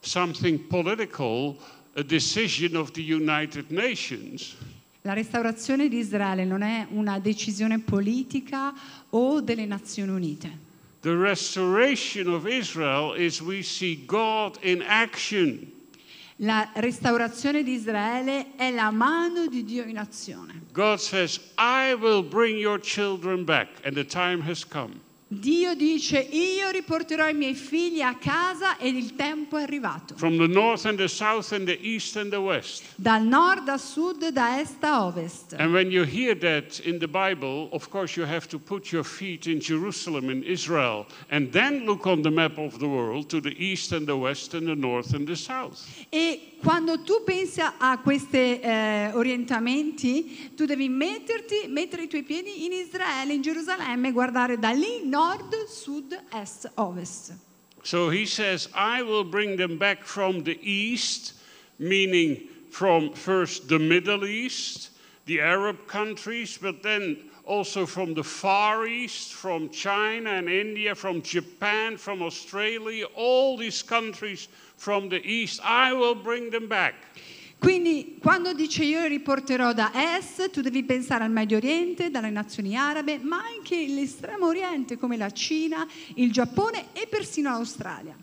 Speaker 2: something political, a decision of the United Nations.
Speaker 3: La restaurazione di Israele non è una decisione politica o delle Nazioni Unite.
Speaker 2: The restoration of Israel is we see God in action.
Speaker 3: La restaurazione di Israele è la mano di Dio in azione.
Speaker 2: God says, I will bring your children back, and the time has come.
Speaker 3: Dio dice, io riporterò i miei figli a casa ed il tempo è arrivato.
Speaker 2: From the north and the south and the east and the west.
Speaker 3: Dal nord a sud, da est a ovest.
Speaker 2: And when you hear that in the Bible, of course you have to put your feet in Jerusalem, in Israel, and then look on the map of the world to the east and the west and the north and the south.
Speaker 3: E quando tu pensi a questi eh, orientamenti, tu devi metterti, mettere i tuoi piedi in Israele, in Gerusalemme, e guardare da lì nord, sud, est, ovest.
Speaker 2: So he says, I will bring them back from the east, meaning from first the Middle East, the Arab countries, but then also from the Far East, from China and India, from Japan, from Australia, all these countries from the east, I will bring them back.
Speaker 3: Quindi quando dice io riporterò da est, tu devi pensare al Medio Oriente, dalle nazioni arabe, ma anche l'estremo oriente come la Cina, il Giappone e persino l'Australia.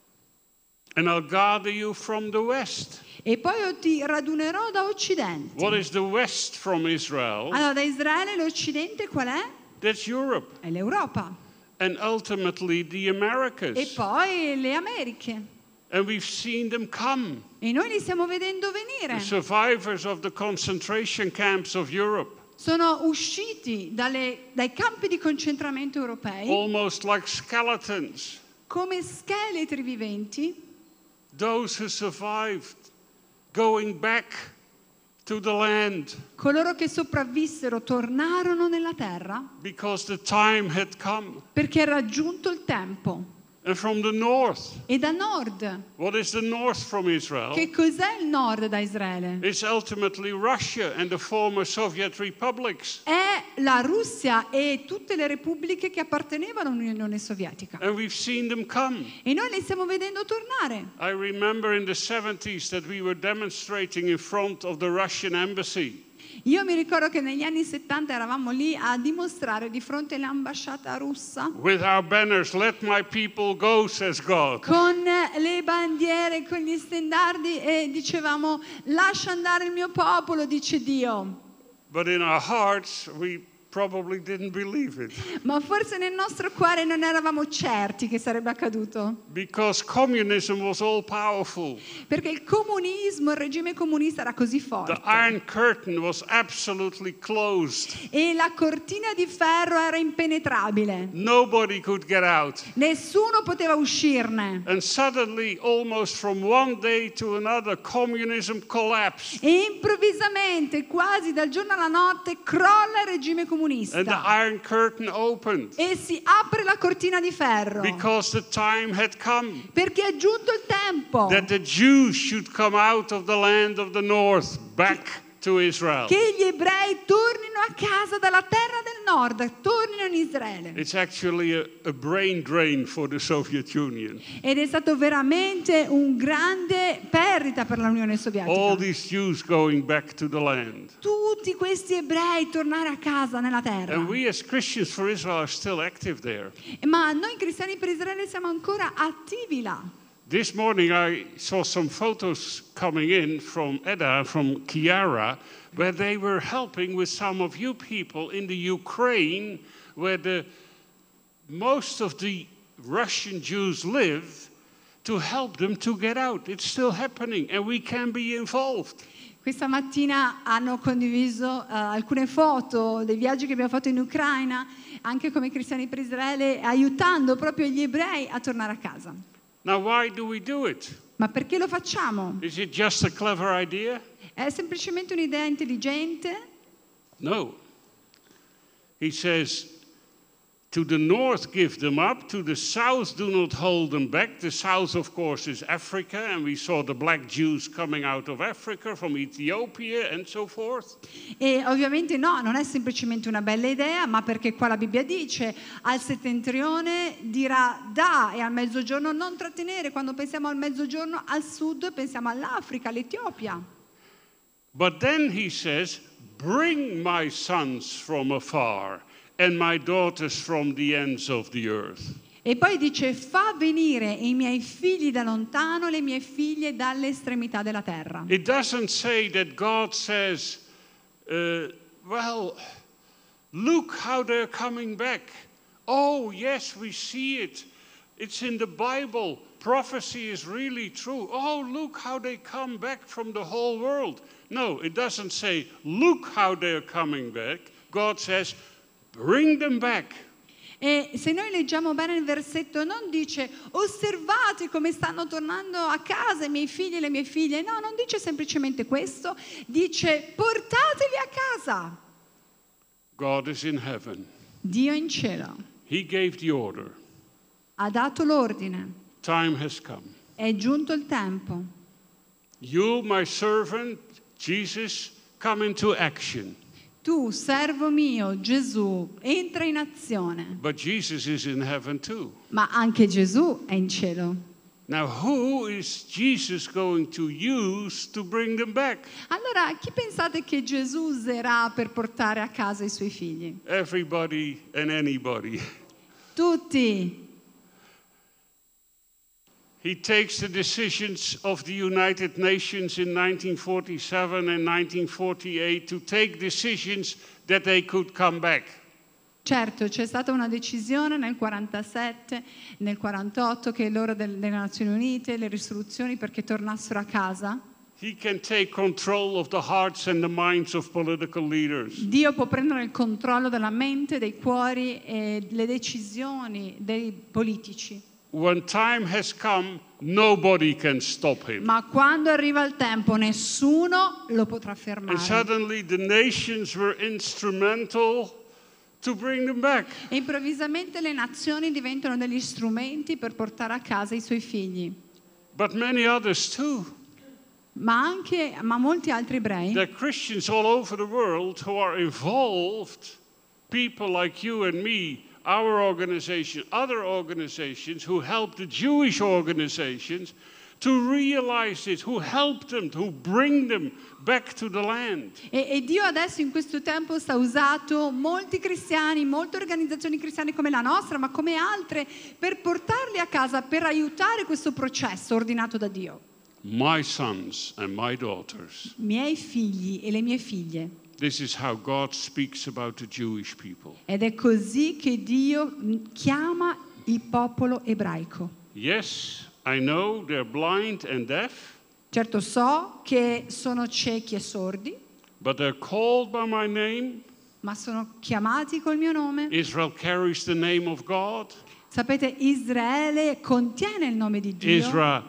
Speaker 2: And I'll gather you from the west.
Speaker 3: E poi io ti radunerò da occidente.
Speaker 2: What is the west from Israel?
Speaker 3: Allora da Israele l'occidente qual è?
Speaker 2: That's Europe.
Speaker 3: È l'Europa.
Speaker 2: And ultimately the Americas.
Speaker 3: E poi le Americhe.
Speaker 2: And we've seen them come.
Speaker 3: E noi li stiamo vedendo
Speaker 2: The
Speaker 3: venire.
Speaker 2: survivors of the concentration camps of Europe.
Speaker 3: Sono usciti dalle- dai campi di concentramento europei
Speaker 2: Almost like skeletons.
Speaker 3: come scheletri viventi,
Speaker 2: Those who survived going back to the land
Speaker 3: coloro che sopravvissero tornarono nella terra
Speaker 2: because the time had come.
Speaker 3: perché era giunto il tempo.
Speaker 2: And from the north,
Speaker 3: E da nord,
Speaker 2: what is the north from Israel?
Speaker 3: che cos'è il nord da Israele?
Speaker 2: It's ultimately Russia and the former Soviet republics.
Speaker 3: È la Russia e tutte le repubbliche che appartenevano all'Unione Sovietica.
Speaker 2: And we've seen them come.
Speaker 3: E noi li stiamo vedendo tornare.
Speaker 2: I remember in the seventies that we were demonstrating in front of the Russian embassy.
Speaker 3: Io mi ricordo che negli anni settanta eravamo lì a dimostrare di fronte all'ambasciata russa
Speaker 2: With our banners, let my people go, says God.
Speaker 3: con le bandiere, con gli stendardi e dicevamo lascia andare il mio popolo, dice Dio.
Speaker 2: But in our hearts, we probably didn't believe it.
Speaker 3: Ma forse nel nostro cuore non eravamo certi che sarebbe accaduto.
Speaker 2: Because communism was all powerful.
Speaker 3: Perché il comunismo, il regime comunista era così
Speaker 2: The
Speaker 3: forte.
Speaker 2: Iron Curtain was absolutely closed.
Speaker 3: E la cortina di ferro era impenetrabile.
Speaker 2: Nobody could get out.
Speaker 3: Nessuno poteva uscirne.
Speaker 2: And suddenly, almost from one day to another, communism collapsed.
Speaker 3: E improvvisamente, quasi dal giorno alla notte, crolla il regime comunista.
Speaker 2: And the Iron Curtain opened.
Speaker 3: E si apre la cortina di ferro.
Speaker 2: Because the time had come
Speaker 3: Perché è giunto il tempo
Speaker 2: that the Jews should come out of the land of the north back to Israel.
Speaker 3: che gli ebrei tornino a casa dalla terra del nord, tornino in Israele.
Speaker 2: It's actually a, a brain drain for the Soviet Union.
Speaker 3: Ed è stato veramente un grande perdita per l'Unione
Speaker 2: All
Speaker 3: Sovietica.
Speaker 2: these Jews going back to the land.
Speaker 3: Tutti questi ebrei tornare a casa nella terra.
Speaker 2: And we as Christians for Israel are still active there.
Speaker 3: Ma noi cristiani per Israele siamo ancora attivi là.
Speaker 2: This morning I saw some photos coming in from Edda, from Chiara, where they were helping with some of you people in the Ukraine, where the most of the Russian Jews live, to help them to get out. It's still happening, and we can be involved.
Speaker 3: Questa mattina hanno condiviso uh, alcune foto dei viaggi che abbiamo fatto in Ucraina, anche come cristiani per Israele, aiutando proprio gli ebrei a tornare a casa.
Speaker 2: Now, why do we do it?
Speaker 3: Ma perché lo facciamo?
Speaker 2: Is it just a clever idea?
Speaker 3: È semplicemente un'idea intelligente?
Speaker 2: No. He says, To the north give them up, to the south do not hold them back. The south, of course, is Africa, and we saw the black Jews coming out of Africa, from Ethiopia and so forth.
Speaker 3: E ovviamente no, non è semplicemente una bella idea, ma perché qua la Bibbia dice al settentrione dirà da, e al mezzogiorno non trattenere. Quando pensiamo al mezzogiorno, al sud pensiamo all'Africa, all'Etiopia.
Speaker 2: But then he says, bring my sons from afar and my daughters from the ends of the earth.
Speaker 3: E poi dice, fa venire i miei figli da lontano, le mie figlie dalle estremità della terra.
Speaker 2: It doesn't say that God says, uh, well, look how they're coming back. Oh, yes, we see it. It's in the Bible. Prophecy is really true. Oh, look how they come back from the whole world. No, it doesn't say, look how they're coming back. God says, bring them back.
Speaker 3: E se noi leggiamo bene il versetto, non dice osservate come stanno tornando a casa i miei figli e le mie figlie. No, non dice semplicemente questo, dice portateli a casa.
Speaker 2: God is in heaven.
Speaker 3: Dio è in cielo.
Speaker 2: He gave the order.
Speaker 3: Ha dato l'ordine.
Speaker 2: Time has come.
Speaker 3: È giunto il tempo.
Speaker 2: You, my servant, Jesus, come into action.
Speaker 3: Tu, servo mio, Gesù, entra in azione.
Speaker 2: But Jesus is in heaven too.
Speaker 3: Ma anche Gesù è in cielo.
Speaker 2: Now, who is Jesus going to use to bring them back?
Speaker 3: Allora, chi pensate che Gesù userà per portare a casa i suoi figli?
Speaker 2: Everybody and anybody.
Speaker 3: Tutti.
Speaker 2: He takes the decisions of the United Nations in nineteen forty-seven and nineteen forty-eight to take decisions that they could come back.
Speaker 3: Certo, c'è stata una decisione nel quarantasette, nel quarantotto, che loro delle Nazioni Unite, le risoluzioni perché tornassero a casa.
Speaker 2: He can take control of the hearts and the minds of political leaders.
Speaker 3: Dio può prendere il controllo della mente, dei cuori e le decisioni dei politici.
Speaker 2: When time has come, nobody can stop him.
Speaker 3: Ma quando arriva il tempo, nessuno lo potrà
Speaker 2: And
Speaker 3: fermare.
Speaker 2: suddenly the nations were instrumental to bring them back.
Speaker 3: E improvvisamente le nazioni diventano degli strumenti per portare a casa i suoi figli.
Speaker 2: But many others too.
Speaker 3: Ma anche, ma molti altri ebrei.
Speaker 2: There are Christians all over the world who are involved, people like you and me, our organization, other organizations who help the Jewish organizations to realize it, who help them, to bring them back to the land.
Speaker 3: E, e Dio adesso in questo tempo sta usando molti cristiani, molte organizzazioni cristiane come la nostra, ma come altre, per portarli a casa, per aiutare questo processo ordinato da Dio.
Speaker 2: My sons and my daughters.
Speaker 3: Miei figli e le mie figlie.
Speaker 2: This is how God speaks about the Jewish people.
Speaker 3: Ed è così che Dio chiama il popolo ebraico.
Speaker 2: Yes, I know they're blind and deaf,
Speaker 3: Certo so che sono ciechi e sordi,
Speaker 2: but they're called by my name.
Speaker 3: ma sono chiamati col mio nome.
Speaker 2: Israel carries the name of God.
Speaker 3: Sapete, Israele contiene il nome di Dio.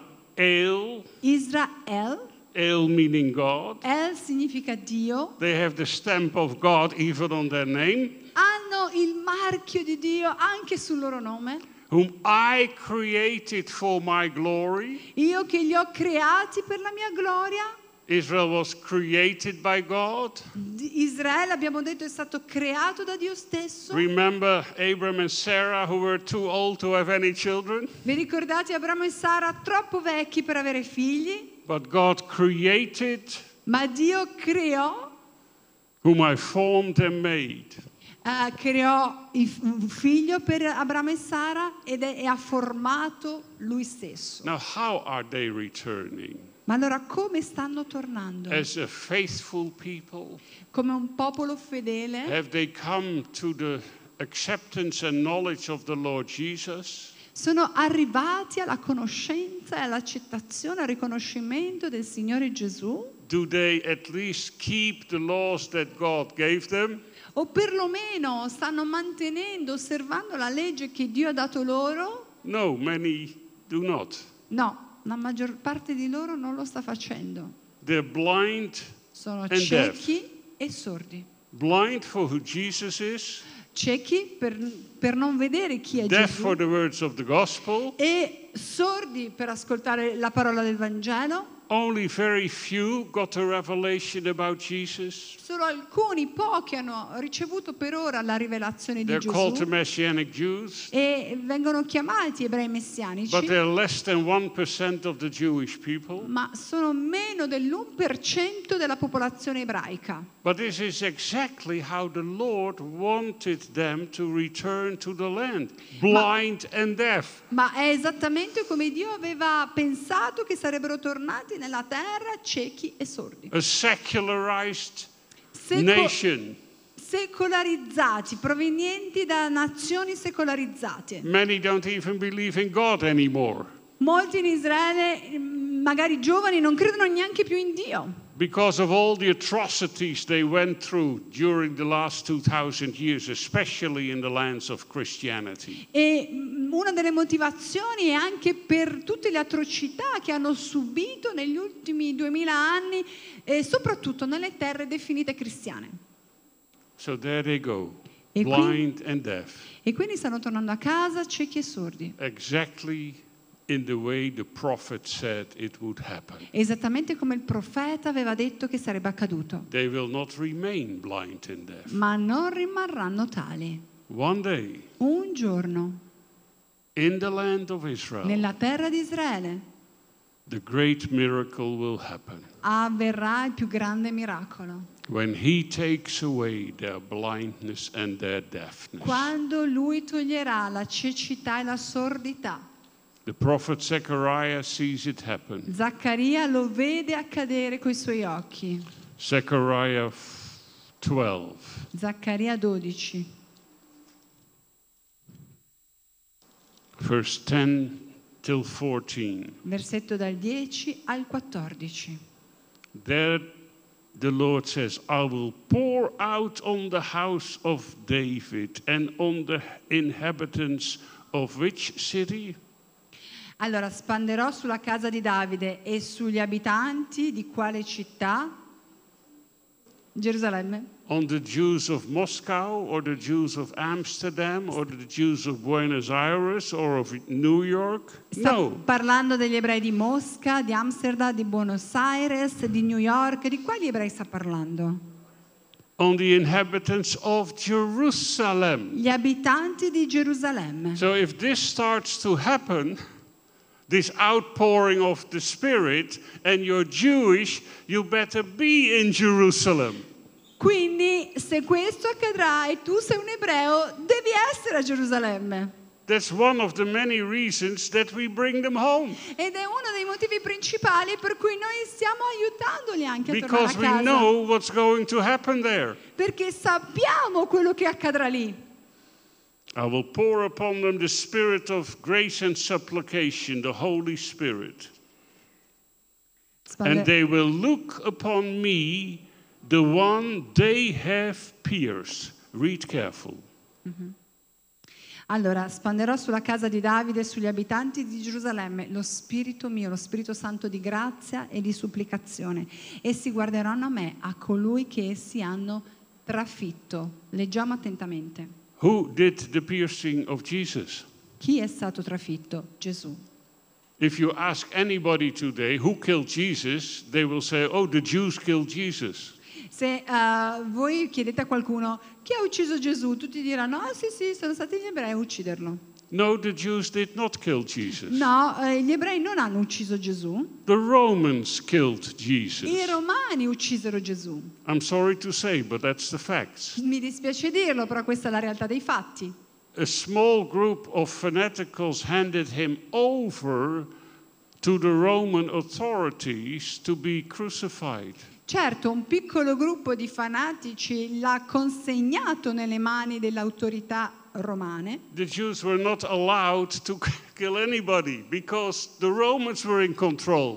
Speaker 2: Israel,
Speaker 3: Israel.
Speaker 2: El meaning God.
Speaker 3: El significa Dio.
Speaker 2: They have the stamp of God even on their name.
Speaker 3: Hanno il marchio di Dio anche sul loro nome.
Speaker 2: Whom I created for my glory.
Speaker 3: Io che li ho creati per la mia gloria.
Speaker 2: Israel was created by God.
Speaker 3: Israele, abbiamo detto, è stato creato da Dio stesso.
Speaker 2: Remember Abram and Sarah who were too old to have any children?
Speaker 3: Vi ricordate Abramo e Sara troppo vecchi per avere figli?
Speaker 2: But God created,
Speaker 3: Ma Dio creò,
Speaker 2: whom I formed and made.
Speaker 3: eh, creò il- un figlio per Abramo e Sara ed è- e ha formato lui stesso.
Speaker 2: Now, how are they returning?
Speaker 3: Ma allora come stanno tornando?
Speaker 2: As a faithful people?
Speaker 3: Come un popolo fedele?
Speaker 2: Have they come to the acceptance and knowledge of the Lord Jesus?
Speaker 3: Sono arrivati alla conoscenza e all'accettazione, al riconoscimento del Signore Gesù?
Speaker 2: Do they at least keep the laws that God gave them?
Speaker 3: O perlomeno stanno mantenendo, osservando la legge che Dio ha dato loro?
Speaker 2: No, many do not.
Speaker 3: No, la maggior parte di loro non lo sta facendo.
Speaker 2: They're blind,
Speaker 3: Sono
Speaker 2: And
Speaker 3: ciechi e sordi.
Speaker 2: blind for who Jesus is,
Speaker 3: ciechi per, per non vedere chi è
Speaker 2: deaf
Speaker 3: Gesù
Speaker 2: for the words of the gospel.
Speaker 3: e sordi per ascoltare la parola del Vangelo.
Speaker 2: Only very few got a revelation about Jesus.
Speaker 3: Solo alcuni, pochi, hanno ricevuto per ora la rivelazione di
Speaker 2: They're called the
Speaker 3: Gesù
Speaker 2: Messianic Jews,
Speaker 3: e vengono chiamati ebrei messianici,
Speaker 2: but they're less than one percent of the Jewish people.
Speaker 3: ma sono meno dell'uno per cento della popolazione ebraica.
Speaker 2: But this is exactly how the Lord wanted them to return to the land, blind and deaf.
Speaker 3: Ma è esattamente come Dio aveva pensato che sarebbero tornati nella terra ciechi e sordi.
Speaker 2: A secularized
Speaker 3: Seco-
Speaker 2: nation.
Speaker 3: secolarizzati, provenienti da nazioni secolarizzate.
Speaker 2: Many don't even believe in God anymore
Speaker 3: Molti in Israele, magari giovani, non credono neanche più in Dio,
Speaker 2: because of all the atrocities they went through during the last two thousand years, especially in the lands of Christianity.
Speaker 3: e mm, una delle motivazioni è anche per tutte le atrocità che hanno subito negli ultimi duemila anni, e soprattutto nelle terre definite cristiane.
Speaker 2: So there they go,
Speaker 3: E qui-
Speaker 2: blind and deaf,
Speaker 3: E quindi stanno tornando a casa ciechi e sordi,
Speaker 2: exactly in the way the prophet said it would happen.
Speaker 3: esattamente come il profeta aveva detto che sarebbe accaduto.
Speaker 2: They will not remain blind and deaf.
Speaker 3: Ma non rimarranno tali.
Speaker 2: One day,
Speaker 3: Un giorno,
Speaker 2: in the land of Israel,
Speaker 3: nella terra di Israele,
Speaker 2: the great miracle will happen.
Speaker 3: avverrà il più grande miracolo.
Speaker 2: When he takes away their blindness and their deafness.
Speaker 3: Quando lui toglierà la cecità e la sordità.
Speaker 2: The prophet Zechariah sees it happen.
Speaker 3: Zaccaria lo vede accadere coi suoi occhi.
Speaker 2: Zechariah twelve.
Speaker 3: Zaccaria dodici,
Speaker 2: Verse ten till fourteen.
Speaker 3: versetto dal dieci al quattordici.
Speaker 2: There the Lord says, I will pour out on the house of David and on the inhabitants of which city?
Speaker 3: Allora, spanderò sulla casa di Davide e sugli abitanti di quale città? Gerusalemme.
Speaker 2: On the Jews of Moscow or the Jews of Amsterdam or the Jews of Buenos Aires or of New York?
Speaker 3: Sta
Speaker 2: No.
Speaker 3: parlando degli ebrei di Mosca, di Amsterdam, di Buenos Aires, di New York. Di quali ebrei sta parlando?
Speaker 2: On the inhabitants of Jerusalem.
Speaker 3: Gli abitanti di Gerusalemme.
Speaker 2: So if this starts to happen, this outpouring of the Spirit, and you're Jewish, you better be in Jerusalem.
Speaker 3: Quindi, se questo accadrà e tu sei un ebreo, devi essere a Gerusalemme.
Speaker 2: That's one of the many reasons that we bring them home.
Speaker 3: Ed è uno dei motivi principali per cui noi stiamo aiutandoli anche a
Speaker 2: Because
Speaker 3: tornare a
Speaker 2: we
Speaker 3: casa.
Speaker 2: know what's going to happen there.
Speaker 3: Perché sappiamo quello che accadrà lì.
Speaker 2: I will pour upon them the spirit of grace and supplication, the Holy Spirit.
Speaker 3: Spande-
Speaker 2: And they will look upon me, the one they have pierced. Read careful.
Speaker 3: Allora, spanderò sulla casa di Davide e sugli abitanti di Gerusalemme lo Spirito mio, lo Spirito Santo di grazia e di supplicazione. Essi guarderanno a me, a colui che essi hanno trafitto. Leggiamo attentamente.
Speaker 2: Who did the piercing of Jesus?
Speaker 3: Chi è stato trafitto? Gesù.
Speaker 2: If you ask anybody today who killed Jesus, they will say, oh, the Jews killed Jesus.
Speaker 3: Se uh, voi chiedete a qualcuno chi ha ucciso Gesù, tutti diranno, ah sì sì, sono stati gli ebrei a ucciderlo.
Speaker 2: No, the Jews did not kill Jesus.
Speaker 3: No, eh, gli ebrei non hanno ucciso Gesù,
Speaker 2: The Romans killed Jesus.
Speaker 3: i romani uccisero Gesù.
Speaker 2: I'm sorry to say, but that's the facts.
Speaker 3: Mi dispiace dirlo, però questa è la realtà dei fatti.
Speaker 2: A small group of fanaticals handed him over to the Roman authorities to be crucified.
Speaker 3: Certo, un piccolo gruppo di fanatici l'ha consegnato nelle mani delle autorità romane.
Speaker 2: The Jews were not allowed to kill anybody because the Romans were in control.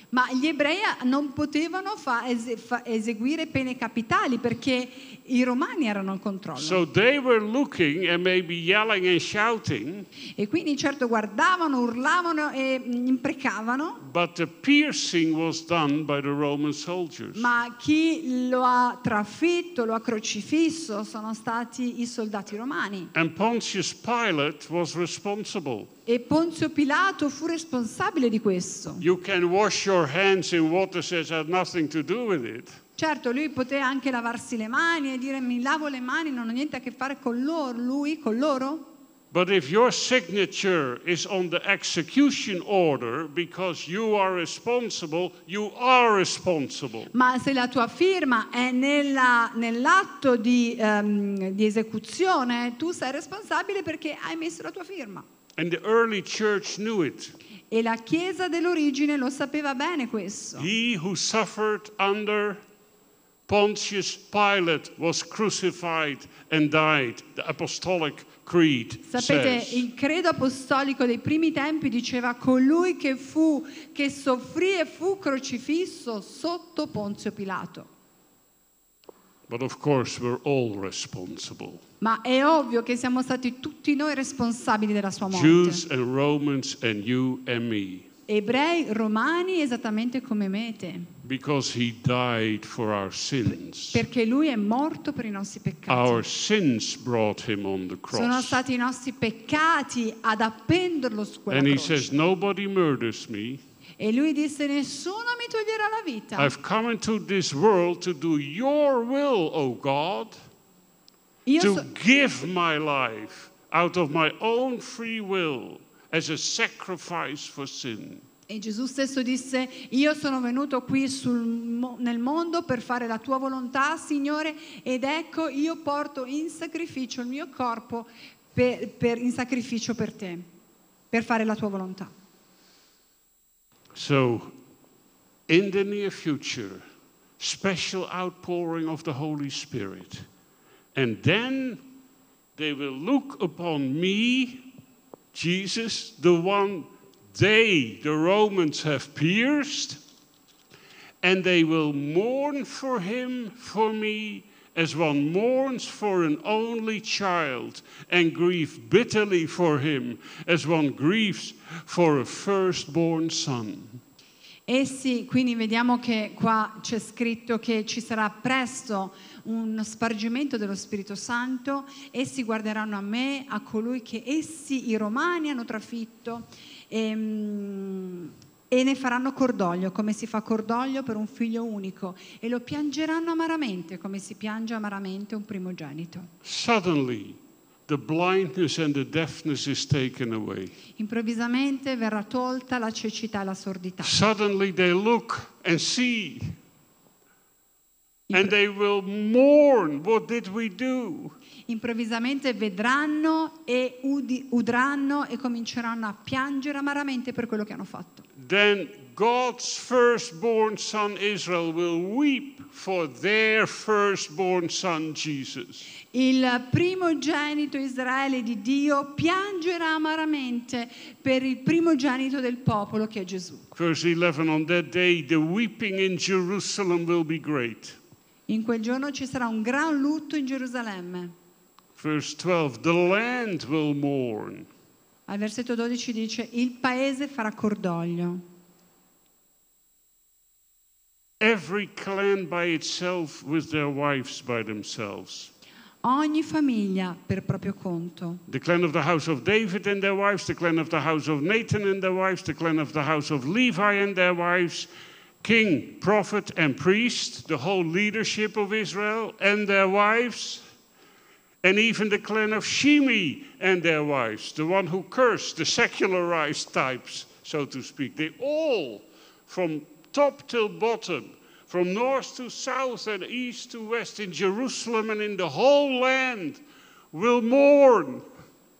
Speaker 3: Ma gli ebrei non potevano fa- es- fa- eseguire pene capitali perché i romani erano al controllo.
Speaker 2: So they were looking and maybe yelling and shouting,
Speaker 3: E quindi certo guardavano, urlavano e mm, imprecavano,
Speaker 2: but the piercing was done by the Roman soldiers.
Speaker 3: ma chi lo ha trafitto, lo ha crocifisso sono stati i soldati romani.
Speaker 2: And Pontius Pilate was responsible.
Speaker 3: E Ponzio Pilato fu responsabile di questo.
Speaker 2: You can wash your hands in water that has nothing to do with it.
Speaker 3: Certo, lui poté anche lavarsi le mani e dire mi lavo le mani, non ho niente a che fare con loro, lui, con loro.
Speaker 2: But if your signature is on the execution order because you are responsible, you are responsible.
Speaker 3: Ma se la tua firma è nella- nell'atto di, ehm, di esecuzione, tu sei responsabile perché hai messo la tua firma.
Speaker 2: And the early church knew it.
Speaker 3: E la Chiesa dell'origine lo sapeva bene questo.
Speaker 2: He who suffered under Pontius Pilate was crucified and died. The Apostolic Creed
Speaker 3: Sapete,
Speaker 2: says.
Speaker 3: il credo apostolico dei primi tempi diceva colui che fu, che soffrì e fu crocifisso sotto Ponzio Pilato.
Speaker 2: But of course we're all responsible.
Speaker 3: Ma è ovvio che siamo stati tutti noi responsabili della sua morte.
Speaker 2: Jews and Romans and you and me.
Speaker 3: Ebrei, romani, esattamente come me e te.
Speaker 2: Because he died for our sins.
Speaker 3: Perché lui è morto per i nostri peccati.
Speaker 2: Our sins brought him on the
Speaker 3: Sono
Speaker 2: cross.
Speaker 3: stati i nostri peccati ad appenderlo su quella
Speaker 2: And he
Speaker 3: croce.
Speaker 2: says, nobody murders me.
Speaker 3: E lui disse nessuno mi toglierà la vita.
Speaker 2: I've come into this world to do your will, O God.
Speaker 3: Io
Speaker 2: To
Speaker 3: so-
Speaker 2: give my life out of my own free will as a sacrifice for sin.
Speaker 3: E Gesù stesso disse, io sono venuto qui sul mo- nel mondo per fare la tua volontà, Signore, ed ecco io porto in sacrificio il mio corpo per, per- in sacrificio per te, per fare la tua volontà.
Speaker 2: So, in the near future, special outpouring of the Holy Spirit. And then they will look upon me, Jesus, the one they, the Romans, have pierced, and they will mourn for him, for me, as one mourns for an only child, and grieve bitterly for him, as one grieves for a firstborn son.
Speaker 3: Essi, quindi vediamo che qua c'è scritto che ci sarà presto un spargimento dello Spirito Santo, essi guarderanno a me, a colui che essi, i romani, hanno trafitto, e, e ne faranno cordoglio, come si fa cordoglio per un figlio unico, e lo piangeranno amaramente, come si piange amaramente un primogenito.
Speaker 2: Suddenly, the blindness and the deafness is taken away.
Speaker 3: Improvvisamente verrà tolta la cecità e la sordità.
Speaker 2: Suddenly they look and see. And they will mourn. What did we do?
Speaker 3: Improvvisamente vedranno e udi- udranno e cominceranno a piangere amaramente per quello che hanno fatto.
Speaker 2: Then God's firstborn son Israel will weep for their firstborn son Jesus.
Speaker 3: Il primogenito Israele di Dio piangerà amaramente per il primogenito del popolo che è Gesù.
Speaker 2: Verse eleven, on that day the weeping in Jerusalem will be great.
Speaker 3: In quel giorno ci sarà un gran lutto in Gerusalemme.
Speaker 2: Verse twelve, the land will mourn.
Speaker 3: Al versetto dodici dice, il paese farà cordoglio.
Speaker 2: Every clan by itself with their wives by themselves.
Speaker 3: Ogni famiglia per proprio conto.
Speaker 2: The clan of the house of David and their wives, the clan of the house of Nathan and their wives, the clan of the house of Levi and their wives, king, prophet, and priest, the whole leadership of Israel and their wives, and even the clan of Shimi and their wives, the one who cursed, the secularized types, so to speak. They all, from top till bottom, from north to south and east to west, in Jerusalem and in the whole land, will mourn.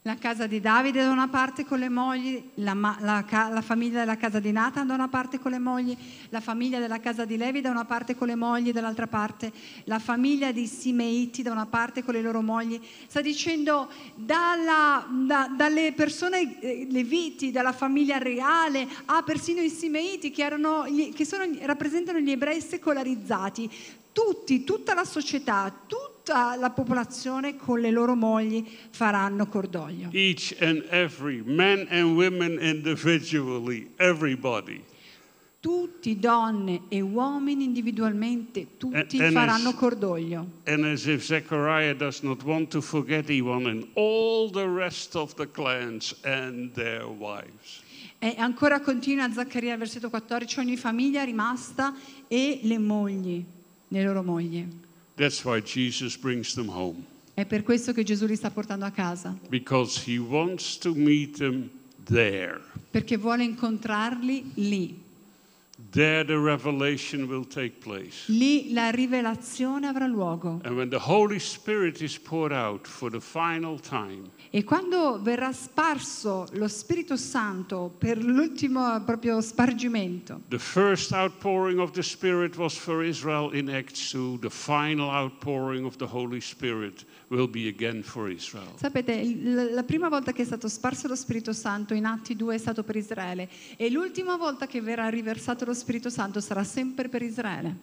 Speaker 3: La casa di Davide da una parte con le mogli, la, ma- la ca- la famiglia della casa di Nathan da una parte con le mogli, la famiglia della casa di Levi da una parte con le mogli, dall'altra parte la famiglia di Simeiti da una parte con le loro mogli. Sta dicendo dalla, da- dalle persone eh, leviti, dalla famiglia reale, a persino i Simeiti che, erano, gli- che sono, rappresentano gli ebrei secolarizzati. Tutti, tutta la società, tutta la popolazione con le loro mogli faranno cordoglio.
Speaker 2: Each and every, men and women individually, everybody.
Speaker 3: Tutti, donne e uomini individualmente, tutti
Speaker 2: And- and
Speaker 3: faranno
Speaker 2: as-
Speaker 3: cordoglio.
Speaker 2: And as if Zechariah does not want to forget anyone, and all the rest of the clans and their wives.
Speaker 3: E ancora continua Zaccaria, versetto quattordici, ogni famiglia è rimasta e le mogli, le loro mogli.
Speaker 2: That's why Jesus brings them home,
Speaker 3: È per questo che Gesù li sta portando a casa,
Speaker 2: because he wants to meet them there.
Speaker 3: perché vuole incontrarli lì.
Speaker 2: There the revelation will take place.
Speaker 3: Lì la rivelazione avrà luogo.
Speaker 2: And when the Holy Spirit is poured out for the final time,
Speaker 3: E quando verrà sparso lo Spirito Santo per l'ultimo proprio spargimento,
Speaker 2: the first outpouring of the Spirit was for Israel in Acts two. The final outpouring of the Holy Spirit will be again for Israel.
Speaker 3: sapete, il- la prima volta che è stato sparso lo Spirito Santo in Atti due è stato per Israele e l'ultima volta che verrà riversato lo Spirito Santo sarà sempre per Israele.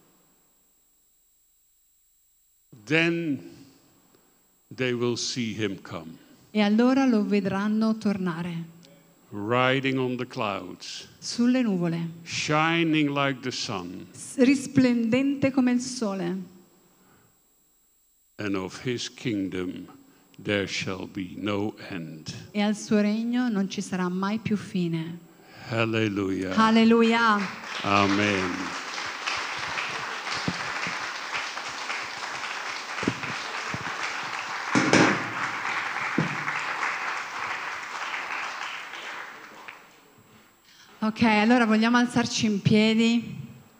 Speaker 2: Then they will see him come,
Speaker 3: E allora lo vedranno tornare
Speaker 2: riding on the clouds,
Speaker 3: sulle nuvole,
Speaker 2: shining like the sun,
Speaker 3: risplendente come il sole.
Speaker 2: and of his kingdom there shall be no end.
Speaker 3: E al suo regno non ci sarà mai più fine.
Speaker 2: Hallelujah.
Speaker 3: Alleluia.
Speaker 2: Amen.
Speaker 3: Ok, allora vogliamo alzarci in piedi.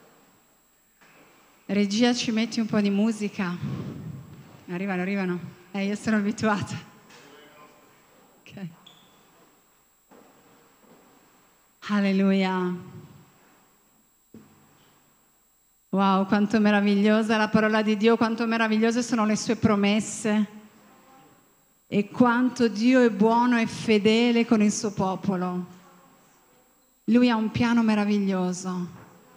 Speaker 3: Regia, ci metti un po' di musica. Arrivano, arrivano. Eh, io sono abituata. Ok. Alleluia. Wow, quanto meravigliosa è la parola di Dio, quanto meravigliose sono le sue promesse e quanto Dio è buono e fedele con il suo popolo. Lui ha un piano meraviglioso.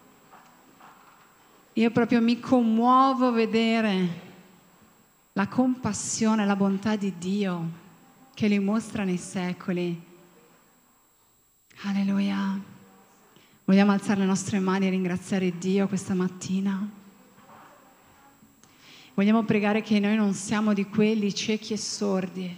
Speaker 3: Io proprio mi commuovo a vedere la compassione, la bontà di Dio che Lui mostra nei secoli. Alleluia. Vogliamo alzare le nostre mani e ringraziare Dio questa mattina. Vogliamo pregare che noi non siamo di quelli ciechi e sordi,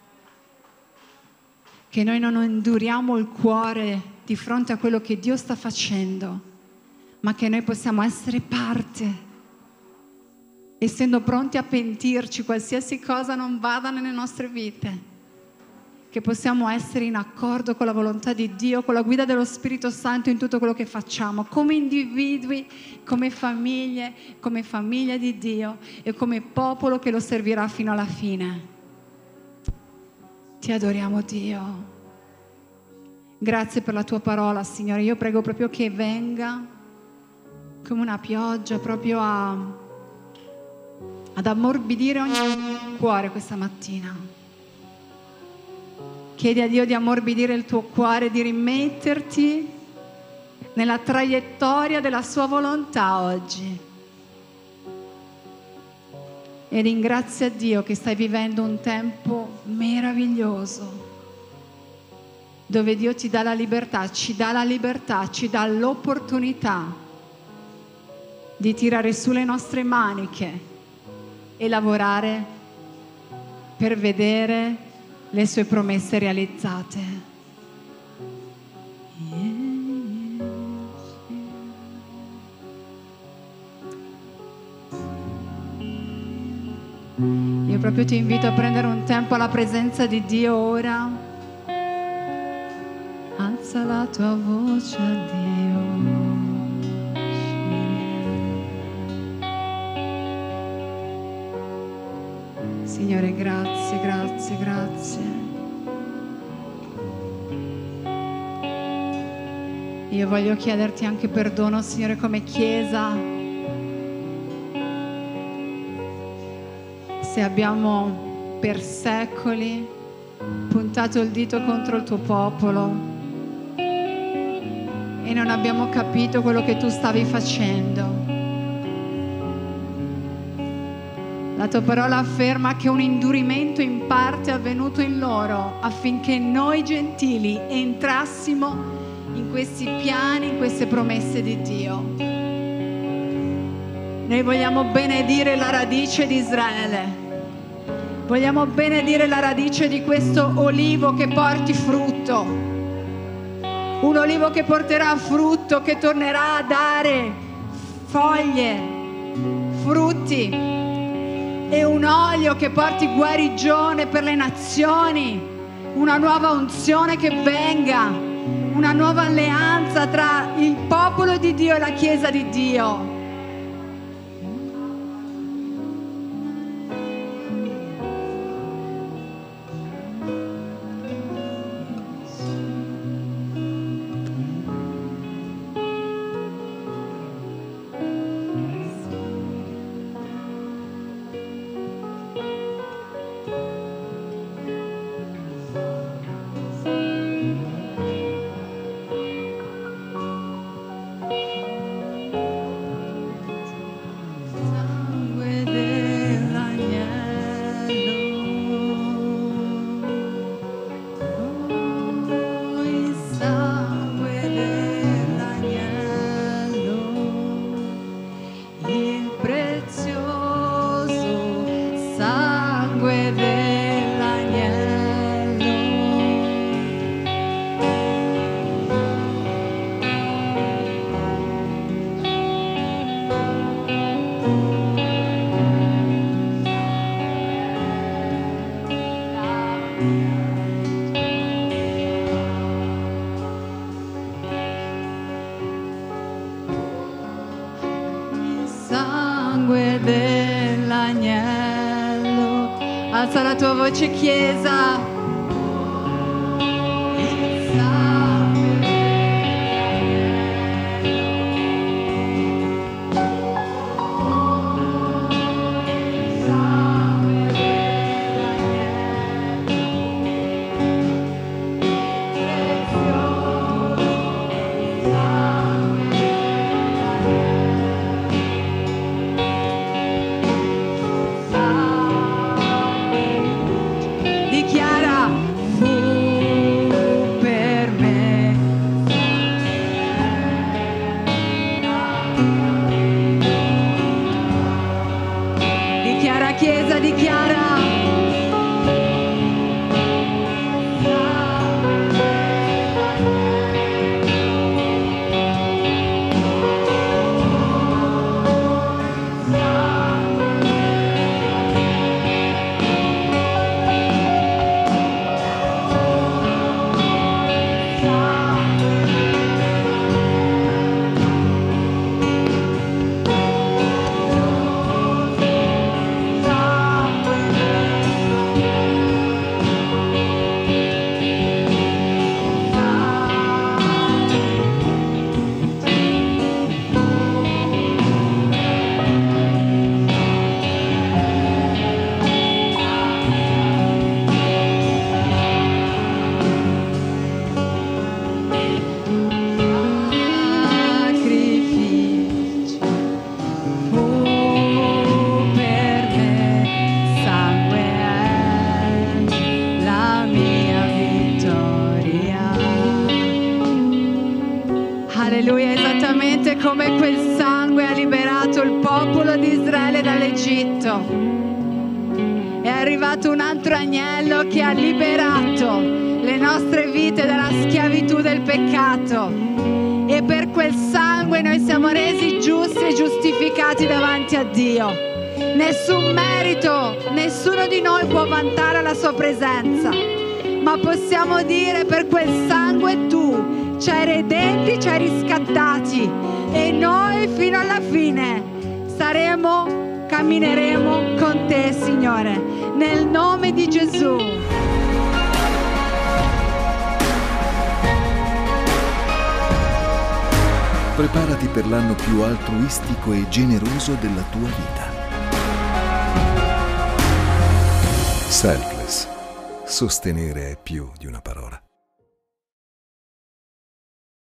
Speaker 3: che noi non induriamo il cuore di fronte a quello che Dio sta facendo, ma che noi possiamo essere parte, essendo pronti a pentirci qualsiasi cosa non vada nelle nostre vite, che possiamo essere in accordo con la volontà di Dio, con la guida dello Spirito Santo in tutto quello che facciamo, come individui, come famiglie, come famiglia di Dio e come popolo che lo servirà fino alla fine. Ti adoriamo, Dio. Grazie per la tua parola, Signore. Io prego proprio che venga come una pioggia proprio a, ad ammorbidire ogni cuore questa mattina. Chiedi a Dio di ammorbidire il tuo cuore, di rimetterti nella traiettoria della sua volontà oggi. E ringrazia Dio che stai vivendo un tempo meraviglioso, dove Dio ti dà la libertà, ci dà la libertà, ci dà l'opportunità di tirare su le nostre maniche e lavorare per vedere le sue promesse realizzate. Io proprio ti invito a prendere un tempo alla presenza di Dio ora. Alza la tua voce a Dio. Signore, grazie, grazie, grazie. Io voglio chiederti anche perdono, Signore, come Chiesa, se abbiamo per secoli puntato il dito contro il tuo popolo e non abbiamo capito quello che tu stavi facendo. La tua parola afferma che un indurimento in parte è avvenuto in loro affinché noi gentili entrassimo in questi piani, in queste promesse di Dio. Noi vogliamo benedire la radice di Israele. Vogliamo benedire la radice di questo olivo che porti frutto. Un olivo che porterà frutto, che tornerà a dare foglie, frutti, e un olio che porti guarigione per le nazioni, una nuova unzione che venga, una nuova alleanza tra il popolo di Dio e la Chiesa di Dio. Alza la tua voce, Chiesa. Chiesa, dichiara. Alleluia, esattamente come quel sangue ha liberato il popolo di Israele dall'Egitto. È arrivato un altro agnello che ha liberato le nostre vite dalla schiavitù del peccato. E per quel sangue noi siamo resi giusti e giustificati davanti a Dio. Nessun merito, nessuno di noi può vantare la sua presenza, ma possiamo dire: per quel sangue tu ci hai redenti, ci hai riscattati, e noi fino alla fine saremo, cammineremo con te, Signore, nel nome di Gesù.
Speaker 1: Preparati per l'anno più altruistico e generoso della tua vita. Selfless. Sostenere è più di una parola.